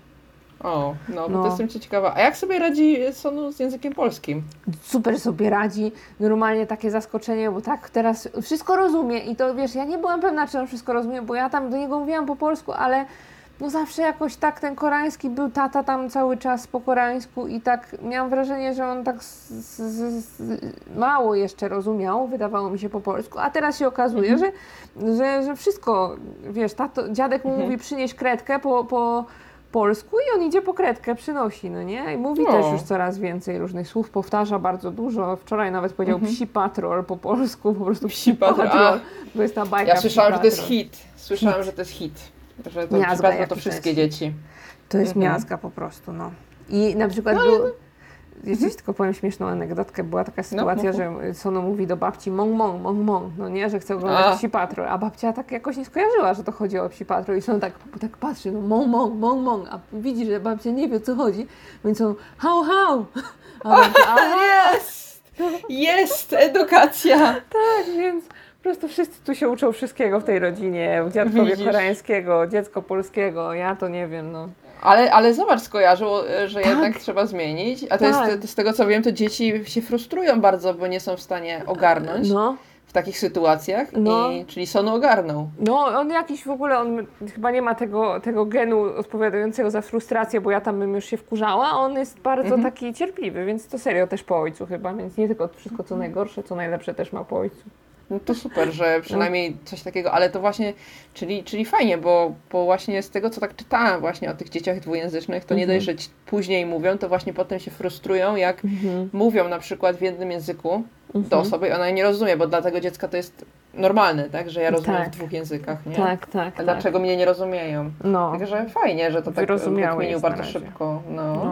O, no, bo No. to jestem ciekawa. A jak sobie radzi Sonu z językiem polskim? Super sobie radzi, normalnie takie zaskoczenie, bo tak teraz wszystko rozumie i to wiesz, ja nie byłam pewna, czy on wszystko rozumie, bo ja tam do niego mówiłam po polsku, ale no zawsze jakoś tak ten koreański był, tata tam cały czas po koreańsku i tak miałam wrażenie, że on tak z, z, z, mało jeszcze rozumiał, wydawało mi się po polsku, a teraz się okazuje, że, że, że wszystko, wiesz, tato, dziadek mu Mhm. mówi przynieś kredkę po, po polsku i on idzie po kredkę, przynosi, no nie? I mówi No. też już coraz więcej różnych słów, powtarza bardzo dużo. Wczoraj nawet powiedział Mhm. psi patrol po polsku, po prostu Psi psi patrol, patrol, a. bo jest ta bajka Ja Psi słyszałam, że to jest Patrol. hit. Słyszałam, że to jest hit. Że to Miazga, przypadło jaki to to wszystkie jest dzieci. To jest Mhm. miazga po prostu, no. I na przykład był, jeszcze ci tylko powiem śmieszną anegdotkę, była taka sytuacja, mów, że Sono mówi do babci mong mong, mong mong, no nie, że chce oglądać A. Psi Patrol, a babcia tak jakoś nie skojarzyła, że to chodzi o Psi Patrol i Sono tak, tak patrzy, no mong mong, mong mong, a widzi, że babcia nie wie o co chodzi, więc on hał hał, a babcia, aha, Jest! Jest! Edukacja! tak, więc po prostu wszyscy tu się uczą wszystkiego w tej rodzinie, dziadkowie Widzisz. koreańskiego, dziecko polskiego, ja to nie wiem, no. Ale, ale zobacz, skojarzył, że jednak trzeba zmienić. A to Tak. jest, z tego co wiem, to dzieci się frustrują bardzo, bo nie są w stanie ogarnąć No. w takich sytuacjach. No. I, czyli Sonu ogarnął. No, on jakiś w ogóle, on chyba nie ma tego, tego genu odpowiadającego za frustrację, bo ja tam bym już się wkurzała, a on jest bardzo Mhm. taki cierpliwy, więc to serio też po ojcu chyba, więc nie tylko wszystko co najgorsze, co najlepsze też ma po ojcu. No to super, że przynajmniej coś takiego, ale to właśnie, czyli, czyli fajnie, bo, bo właśnie z tego, co tak czytałam właśnie o tych dzieciach dwujęzycznych, to nie Mhm. dość, że ci później mówią, to właśnie potem się frustrują, jak Mhm. mówią na przykład w jednym języku do Mhm. osoby i ona jej nie rozumie, bo dla tego dziecka to jest normalne, tak, że ja rozumiem Tak. w dwóch językach, nie? Tak, tak, A tak. dlaczego mnie nie rozumieją? No, Także fajnie, że to tak Wyrozumiałe wykminił jest na bardzo razie. szybko. No. no.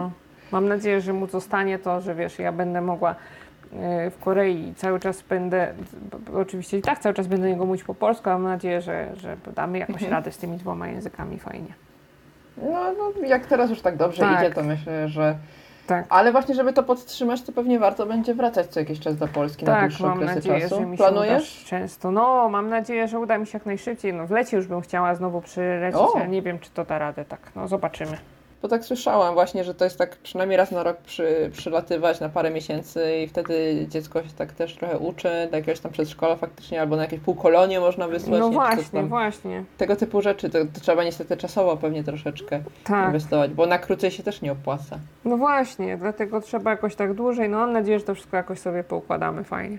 Mam nadzieję, że mu zostanie to, że wiesz, ja będę mogła w Korei cały czas będę, oczywiście i tak cały czas będę do niego mówić po polsku, ale mam nadzieję, że, że damy jakoś mhm. radę z tymi dwoma językami fajnie. No, no jak teraz już tak dobrze tak. idzie, to myślę, że... Tak. Ale właśnie, żeby to podtrzymać, to pewnie warto będzie wracać co jakiś czas do Polski tak, na dłuższe mam okresy nadzieję, czasu. Że mi Planujesz? Się często. No, mam nadzieję, że uda mi się jak najszybciej. No, w lecie już bym chciała znowu przylecieć, o. ale nie wiem, czy to da radę. Tak, no zobaczymy. Bo tak słyszałam właśnie, że to jest tak przynajmniej raz na rok przy, przylatywać na parę miesięcy i wtedy dziecko się tak też trochę uczy, do jakiegoś tam przedszkola faktycznie, albo na jakieś półkolonie można wysłać. No nie, właśnie, właśnie. Tego typu rzeczy, to, to trzeba niestety czasowo pewnie troszeczkę tak. inwestować, bo na krócej się też nie opłaca. No właśnie, dlatego trzeba jakoś tak dłużej, no mam nadzieję, że to wszystko jakoś sobie poukładamy fajnie.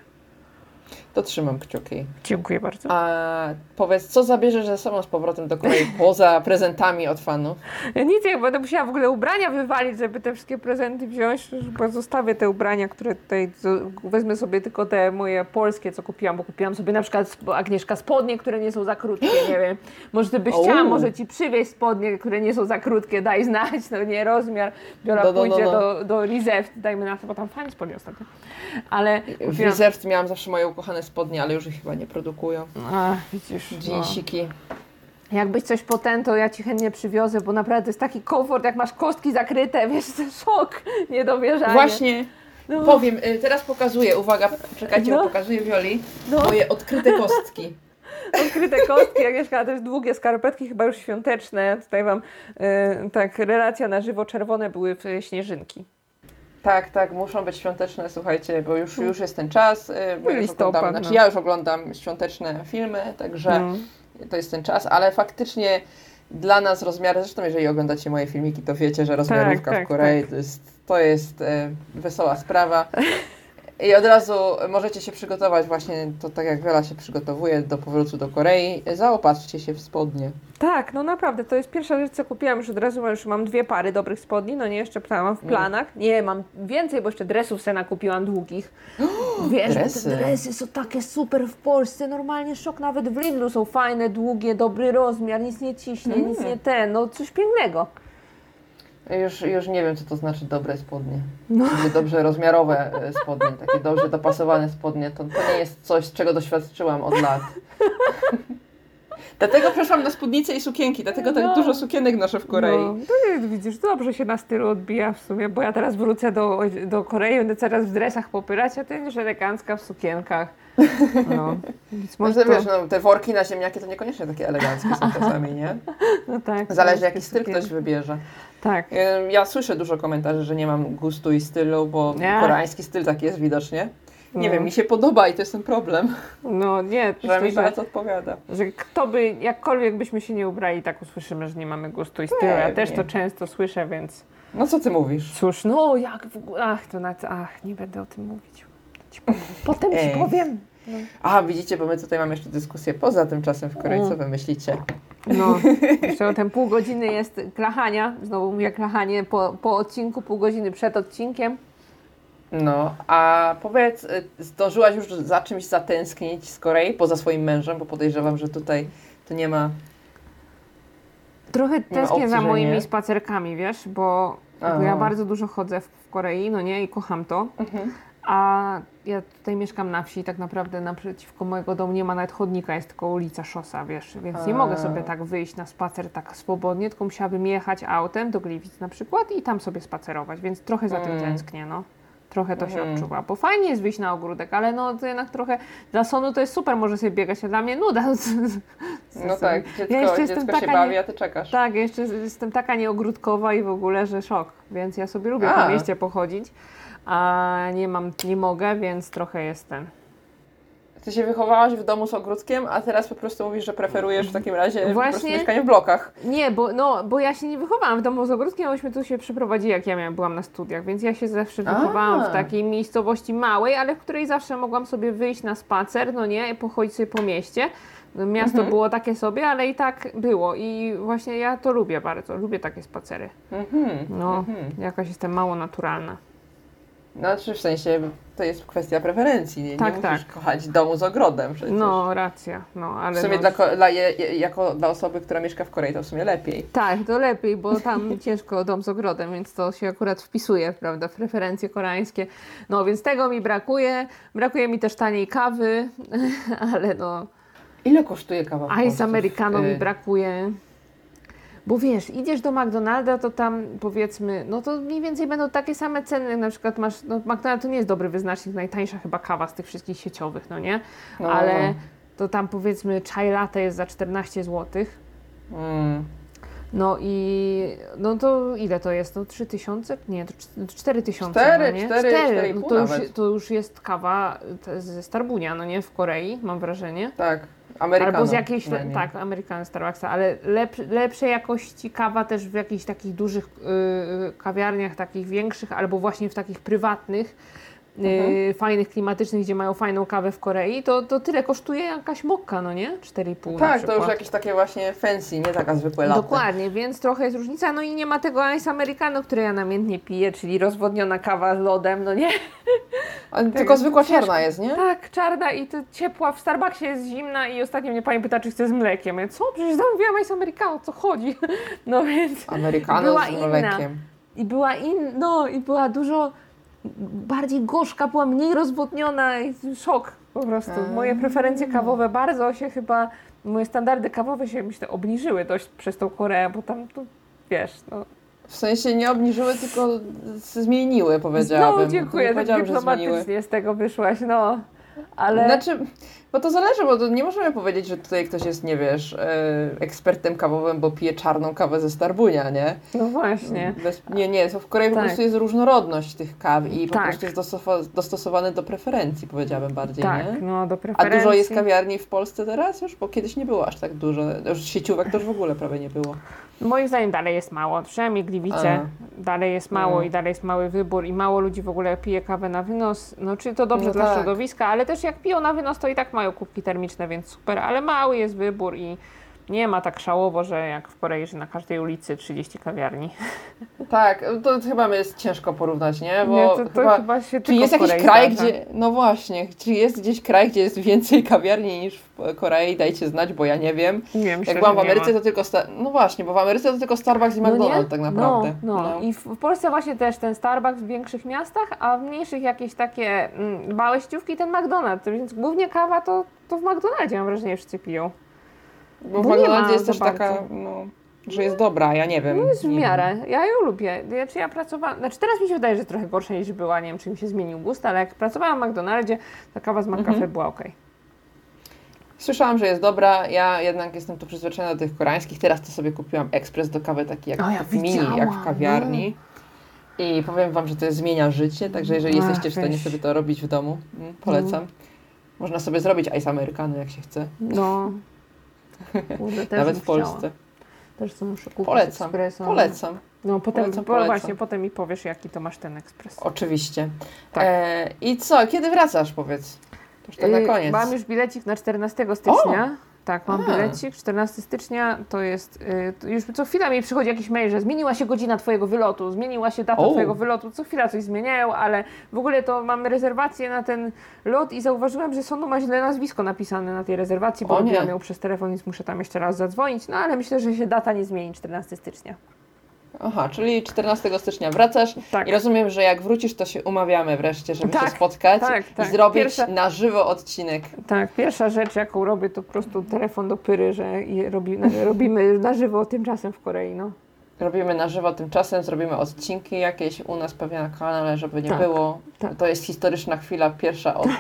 To trzymam kciuki. Dziękuję bardzo. A powiedz, co zabierzesz ze sobą z powrotem do Korei poza prezentami od fanów? Nic, ja będę musiała w ogóle ubrania wywalić, żeby te wszystkie prezenty wziąć, bo zostawię te ubrania, które tutaj, wezmę sobie tylko te moje polskie, co kupiłam, bo kupiłam sobie na przykład Agnieszka spodnie, które nie są za krótkie, nie wiem. Może ty byś chciała, może ci przywieźć spodnie, które nie są za krótkie, daj znać, no nie, rozmiar. Biora no, no, pójdzie no, no. do, do Reserved, dajmy na to, bo tam fajne spodnie ostatnio. Ale w Reserved miałam zawsze moje ukochane spodnie, ale już ich chyba nie produkują. A, widzisz. Dżinsiki. No. Jakbyś coś po ten, to ja ci chętnie przywiozę, bo naprawdę to jest taki komfort, jak masz kostki zakryte, wiesz, to szok, niedowierzanie. Właśnie, no. powiem, teraz pokazuję, uwaga, czekajcie, no. bo pokazuję Wioli no. moje odkryte kostki. Odkryte kostki, Agnieszka ma też długie skarpetki, chyba już świąteczne. Tutaj wam y, tak, relacja na żywo, czerwone były w śnieżynki. Tak, tak, muszą być świąteczne, słuchajcie, bo już, już jest ten czas, bo ja już listopad, oglądam, znaczy no. ja już oglądam świąteczne filmy, także mm. to jest ten czas, ale faktycznie dla nas rozmiary, zresztą jeżeli oglądacie moje filmiki, to wiecie, że rozmiarówka tak, tak, w Korei tak. to jest, to jest e, wesoła sprawa. I od razu możecie się przygotować właśnie, to tak jak Wiola się przygotowuje do powrotu do Korei, zaopatrzcie się w spodnie. Tak, no naprawdę, to jest pierwsza rzecz, co kupiłam, już od razu już mam dwie pary dobrych spodni, no nie, jeszcze mam w planach. Nie, mam więcej, bo jeszcze dresów se nakupiłam długich. Wiesz, dresy. te dresy są takie super w Polsce, normalnie szok, nawet w Lidlu są fajne, długie, dobry rozmiar, nic nie ciśnie, mm. nic nie ten, no coś pięknego. Już, już nie wiem, co to znaczy dobre spodnie. No. Dobrze rozmiarowe spodnie, takie dobrze dopasowane spodnie, to, to nie jest coś, czego doświadczyłam od lat. Dlatego przeszłam na spódnice i sukienki, dlatego tak no. dużo sukienek noszę w Korei. No, to nie, widzisz, dobrze się na stylu odbija w sumie, bo ja teraz wrócę do, do Korei, będę teraz w dresach popyrać, a ty już elegancka w sukienkach. No, więc może no, to... wiesz, no, te worki na ziemniaki to niekoniecznie takie eleganckie są czasami, nie? No tak. Zależy, jaki styl ktoś wybierze. Tak. Ja słyszę dużo komentarzy, że nie mam gustu i stylu, bo nie. koreański styl taki jest widocznie. Nie no. wiem, mi się podoba i to jest ten problem. No nie. Że mi bardzo odpowiada. Że kto by, jakkolwiek byśmy się nie ubrali, tak usłyszymy, że nie mamy gustu i stylu. Ja też to często słyszę, więc... No co ty mówisz? Cóż, no jak w ogóle... Ach, to na... Ach, nie będę o tym mówić. Ci powiem. Potem Ej. ci powiem. No. A, widzicie, bo my tutaj mamy jeszcze dyskusję poza tym czasem w Korei, co wy myślicie? No, jeszcze o ten pół godziny jest klachania, znowu mówię klachanie po, po odcinku, pół godziny przed odcinkiem. No, a powiedz, zdążyłaś już za czymś zatęsknić z Korei, poza swoim mężem, bo podejrzewam, że tutaj to nie ma... Trochę tęsknię za moimi spacerkami, wiesz, bo, bo ja bardzo dużo chodzę w, w Korei, no nie, i kocham to. Mhm. A ja tutaj mieszkam na wsi i tak naprawdę naprzeciwko mojego domu nie ma nawet chodnika, jest tylko ulica, szosa, wiesz, więc A. nie mogę sobie tak wyjść na spacer tak swobodnie, tylko musiałabym jechać autem do Gliwic na przykład i tam sobie spacerować, więc trochę za tym mm. tęsknię, no. Trochę to mm. się odczuwa, bo fajnie jest wyjść na ogródek, ale no to jednak trochę dla sonu to jest super, może sobie biegać, a dla mnie nuda. No tak, dziecko, ja dziecko się bawi, a ty czekasz. Tak, ja jeszcze jestem taka nieogródkowa i w ogóle, że szok, więc ja sobie lubię a. po mieście pochodzić. A nie mam, nie mogę, więc trochę jestem. Ty się wychowałaś w domu z ogródkiem, a teraz po prostu mówisz, że preferujesz w takim razie Właśnie, po prostu mieszkanie w blokach. Nie, bo, no, bo ja się nie wychowałam w domu z ogródkiem, a myśmy tu się przeprowadzili, jak ja miałam, byłam na studiach, więc ja się zawsze wychowałam a. w takiej miejscowości małej, ale w której zawsze mogłam sobie wyjść na spacer, no nie, pochodzić sobie po mieście. Miasto mhm. było takie sobie, ale i tak było i właśnie ja to lubię bardzo, lubię takie spacery. Mhm. No, mhm. jakaś jestem mało naturalna. Znaczy w sensie to jest kwestia preferencji, nie, Tak, nie musisz tak. kochać domu z ogrodem przecież. No, racja, no, ale W sumie no, dla, ko- dla je, jako dla osoby, która mieszka w Korei, to w sumie lepiej. tak, to lepiej, bo tam ciężko dom z ogrodem, więc to się akurat wpisuje, prawda, w preferencje koreańskie. No, więc tego mi brakuje. Brakuje mi też taniej kawy, ale no, Ile kosztuje kawa w Polsce? ice americano mi Y, brakuje. Bo wiesz, idziesz do McDonalda, to tam powiedzmy, no to mniej więcej będą takie same ceny, jak na przykład masz, no McDonald's to nie jest dobry wyznacznik, najtańsza chyba kawa z tych wszystkich sieciowych, no nie? No. Ale to tam powiedzmy chai latte jest za czternaście złotych. Mm. No i no to ile to jest? No trzy tysiące? Nie, to cztery tysiące. Cztery, no nie? cztery, cztery i no pół to już, nawet. to już jest kawa te- ze Starbunia, no nie? W Korei, mam wrażenie. Tak, Amerykano. Albo z jakiejś, przynajmniej. tak, American Starbucksa, ale lep, lepszej jakości kawa też w jakichś takich dużych y, kawiarniach, takich większych, albo właśnie w takich prywatnych, y, Mhm. fajnych, klimatycznych, gdzie mają fajną kawę w Korei, to, to tyle kosztuje jakaś mokka, no nie? cztery i pół na Tak, to przykład. już jakieś takie właśnie fancy, nie taka zwykłe latte. Dokładnie, więc trochę jest różnica. No i nie ma tego ice americano, które ja namiętnie piję, czyli rozwodniona kawa z lodem, no nie? A, tylko zwykła czarna jest, nie? Tak, czarna i to ciepła. W Starbucksie jest zimna i ostatnio mnie pani pyta, czy chcę z mlekiem. Ja, co? Przecież zamówiłam ice americano, o co chodzi? No więc Amerykano była z inna. mlekiem. i była in, no i była dużo bardziej gorzka, była mniej rozwodniona i szok po prostu. Moje preferencje kawowe bardzo się chyba, moje standardy kawowe się myślę obniżyły dość przez tą Koreę, bo tam, to, wiesz, no. W sensie nie obniżyły, tylko zmieniły, powiedziałabym. No, dziękuję, Nie tak powiedziałam, że zmieniły. dyplomatycznie z tego wyszłaś, no. Ale Znaczy, bo to zależy, bo to nie możemy powiedzieć, że tutaj ktoś jest, nie wiesz, e, ekspertem kawowym, bo pije czarną kawę ze Starbunia, nie? no właśnie. Bez, nie, nie, to w Korei po Tak. prostu jest różnorodność tych kaw i po Tak. prostu jest dostosowa- dostosowany do preferencji, powiedziałabym bardziej, Tak, nie? no do A preferencji. dużo jest kawiarni w Polsce teraz już? Bo kiedyś nie było aż tak dużo. Już sieciówek to już w ogóle prawie nie było. Moim zdaniem dalej jest mało, przynajmniej Gliwice A. dalej jest mało Mm. i dalej jest mały wybór i mało ludzi w ogóle pije kawę na wynos, no czyli to dobrze No dla tak. środowiska, ale też jak piją na wynos, to i tak mają kubki termiczne, więc super, ale mały jest wybór i nie ma tak szałowo, że jak w Korei, że na każdej ulicy trzydzieści kawiarni. Tak, to chyba jest ciężko porównać, nie? Bo Nie, to, to chyba... chyba się Czy tylko jest w jakiś Korei kraj, zdarza. gdzie... No właśnie, czy jest gdzieś kraj, gdzie jest więcej kawiarni niż w Korei? Dajcie znać, bo ja nie wiem. Nie, myślę, Jak byłam w że nie Ameryce, ma. to tylko... Sta... No właśnie, bo w Ameryce to tylko Starbucks i McDonald's nie? tak naprawdę. No, no. i w, w Polsce właśnie też ten Starbucks w większych miastach, a w mniejszych jakieś takie mm, małe sieciówki ten McDonald's, więc głównie kawa to, to w McDonaldzie mam wrażenie wszyscy piją. Bo w Bo nie ma McDonaldzie jest za też taka, bardzo. no, że jest dobra, ja nie wiem. No jest w nie miarę. Ja ją lubię. Znaczy ja pracowałam, znaczy teraz mi się wydaje, że trochę gorsza niż była, nie wiem czy mi się zmienił gust, ale jak pracowałam w McDonaldzie, ta kawa z McCafe Mhm. była okej. Słyszałam, że jest dobra, ja jednak jestem tu przyzwyczajona do tych koreańskich, teraz to sobie kupiłam ekspres do kawy taki jak O, ja w mini, widziałam, jak w kawiarni. I powiem Wam, że to zmienia życie, także jeżeli Ach, jesteście w stanie weź. sobie to robić w domu, mm, polecam. Można sobie zrobić ice americano, jak się chce, No. Kurde, też nawet bym w Polsce. Chciała. Też co muszę kupić Polecam, espresso. polecam, No potem, polecam, po, polecam. właśnie, potem mi powiesz jaki to masz ten ekspres. oczywiście. Tak. E, I co, kiedy wracasz, powiedz? To już tak na Yy, koniec. Mam już bilecik na czternastego stycznia. Tak, mam A. bilecik. czternastego stycznia to jest. Yy, to już co chwila mi przychodzi jakiś mail, że zmieniła się godzina Twojego wylotu, zmieniła się data O. Twojego wylotu. Co chwila coś zmieniają, ale w ogóle to mamy rezerwację na ten lot i zauważyłam, że Sonu ma źle nazwisko napisane na tej rezerwacji, bo O nie. robiłam ją przez telefon, więc muszę tam jeszcze raz zadzwonić. No ale myślę, że się data nie zmieni czternastego stycznia. Aha, czyli czternastego stycznia wracasz Tak. i rozumiem, że jak wrócisz, to się umawiamy wreszcie, żeby Tak, się spotkać tak, i tak. zrobić Pierwsza- na żywo odcinek. Tak, pierwsza rzecz, jaką robię, to po prostu telefon do Pyry, że je robi, robimy na żywo tymczasem w Korei, no. Robimy na żywo tymczasem, zrobimy odcinki jakieś u nas pewnie na kanale, żeby nie Tak, było. tak. To jest historyczna chwila, pierwsza od...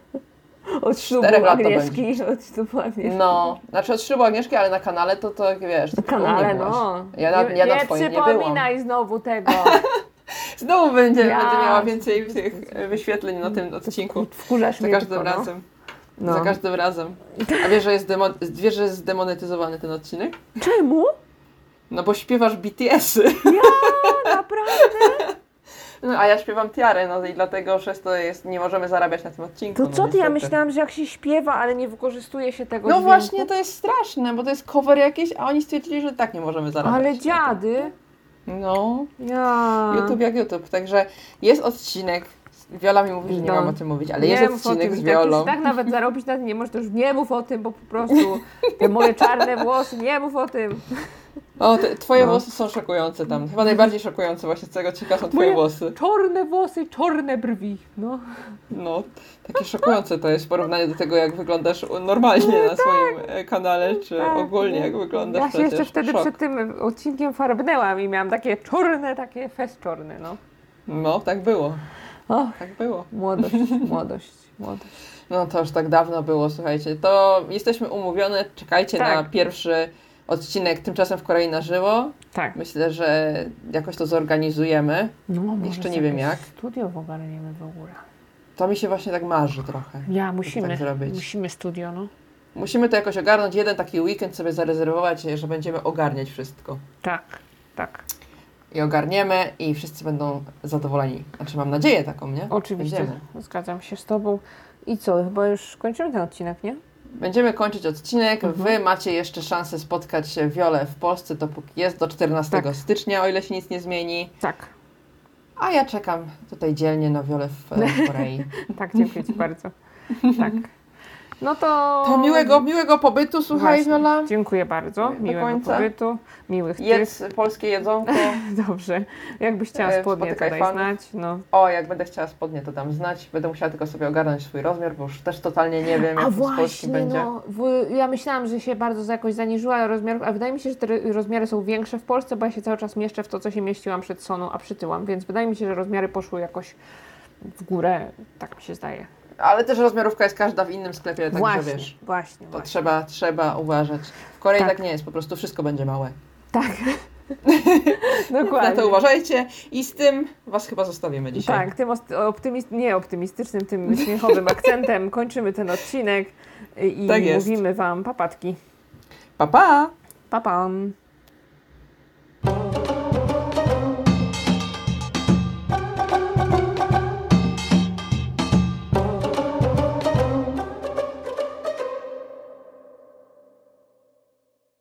Od ślubu Czterech lat to Agnieszki, od, dokładnie. No, znaczy od ślubu Agnieszki, ale na kanale to, to wiesz... Na tylko u kanale, mnie byłaś. no. Ja na, ja na nie twoim nie byłam. przypominaj znowu tego. Znowu będzie, Ja- będzie miała więcej tych wyświetleń na tym odcinku. Wkurzasz Za mnie każdym tylko, no. razem. No. Za każdym razem. A wiesz, że jest, demo, wiesz, że jest zdemonetyzowany ten odcinek? Czemu? No bo śpiewasz B T S-y. Ja, naprawdę? No, a ja śpiewam Tiarę, no i dlatego przez to jest, nie możemy zarabiać na tym odcinku. To no, co ty? Ja niestety. myślałam, że jak się śpiewa, ale nie wykorzystuje się tego No dźwięku. właśnie, to jest straszne, bo to jest cover jakiś, a oni stwierdzili, że tak nie możemy zarabiać. Ale dziady. No, Ja. YouTube jak YouTube. Także jest odcinek, Wiola mi mówi, że nie No. mam o tym mówić, ale Nie jest mów o odcinek tym. z I tak, Wiolą. już tak nawet zarobić na tym nie możesz, to już nie mów o tym, bo po prostu te moje czarne włosy, nie mów o tym. O, te, twoje No. włosy są szokujące tam. Chyba najbardziej szokujące właśnie z całego odcinka są twoje Moje włosy. Czarne włosy, czarne brwi. No. No, takie szokujące to jest w porównaniu do tego, jak wyglądasz normalnie na swoim e, kanale, czy tak, ogólnie no. jak wyglądasz. Ja się przecież. jeszcze wtedy Szok. przed tym odcinkiem farbnęłam i miałam takie czarne, takie fest czarne, no. No, tak było. O, Tak było. młodość, młodość, młodość. No to już tak dawno było, słuchajcie. To jesteśmy umówione, czekajcie Tak. na pierwszy odcinek Tymczasem w Korei na żywo. Tak. Myślę, że jakoś to zorganizujemy. No, może Jeszcze nie sobie wiem jak. Studio ogarniemy w ogóle. To mi się właśnie tak marzy trochę. Ja, musimy, tak zrobić. musimy studio, no. Musimy to jakoś ogarnąć, jeden taki weekend sobie zarezerwować, że będziemy ogarniać wszystko. Tak, tak. I ogarniemy i wszyscy będą zadowoleni. Znaczy mam nadzieję taką, nie? Oczywiście, Będziemy. zgadzam się z Tobą. I co, chyba już kończymy ten odcinek, nie? Będziemy kończyć odcinek. Mhm. Wy macie jeszcze szansę spotkać się Wiolę w Polsce, dopóki jest, do czternastego Tak. stycznia, o ile się nic nie zmieni. Tak, A ja czekam tutaj dzielnie na Wiolę w, w Korei. tak, dziękuję Ci bardzo. Tak. No to... To miłego, miłego pobytu, słuchaj Właśnie. Wiola. Dziękuję bardzo, Do miłego końca. pobytu, miłych Jedz polskie jedzonko. tych. Dobrze, jakbyś chciała E, spodnie spotykaj tutaj fanów. znać, no. O, jak będę chciała spodnie, to dam znać. Będę musiała tylko sobie ogarnąć swój rozmiar, bo już też totalnie nie wiem, jak A to z polskim właśnie, będzie. no, w, ja myślałam, że się bardzo jakoś zaniżyła rozmiarów, a wydaje mi się, że te rozmiary są większe w Polsce, bo ja się cały czas mieszczę w to, co się mieściłam przed Soną, a przytyłam, więc wydaje mi się, że rozmiary poszły jakoś w górę, tak mi się zdaje. Ale też rozmiarówka jest każda w innym sklepie, także właśnie, wiesz. właśnie, To właśnie. trzeba, trzeba uważać. W Korei tak. Tak. nie jest, po prostu wszystko będzie małe. Tak, Na dokładnie. to uważajcie i z tym Was chyba zostawimy dzisiaj. Tak, tym ost- optymist- nie optymistycznym, tym śmiechowym akcentem kończymy ten odcinek i Tak jest. mówimy Wam papatki. Pa, pa! Pa, pam.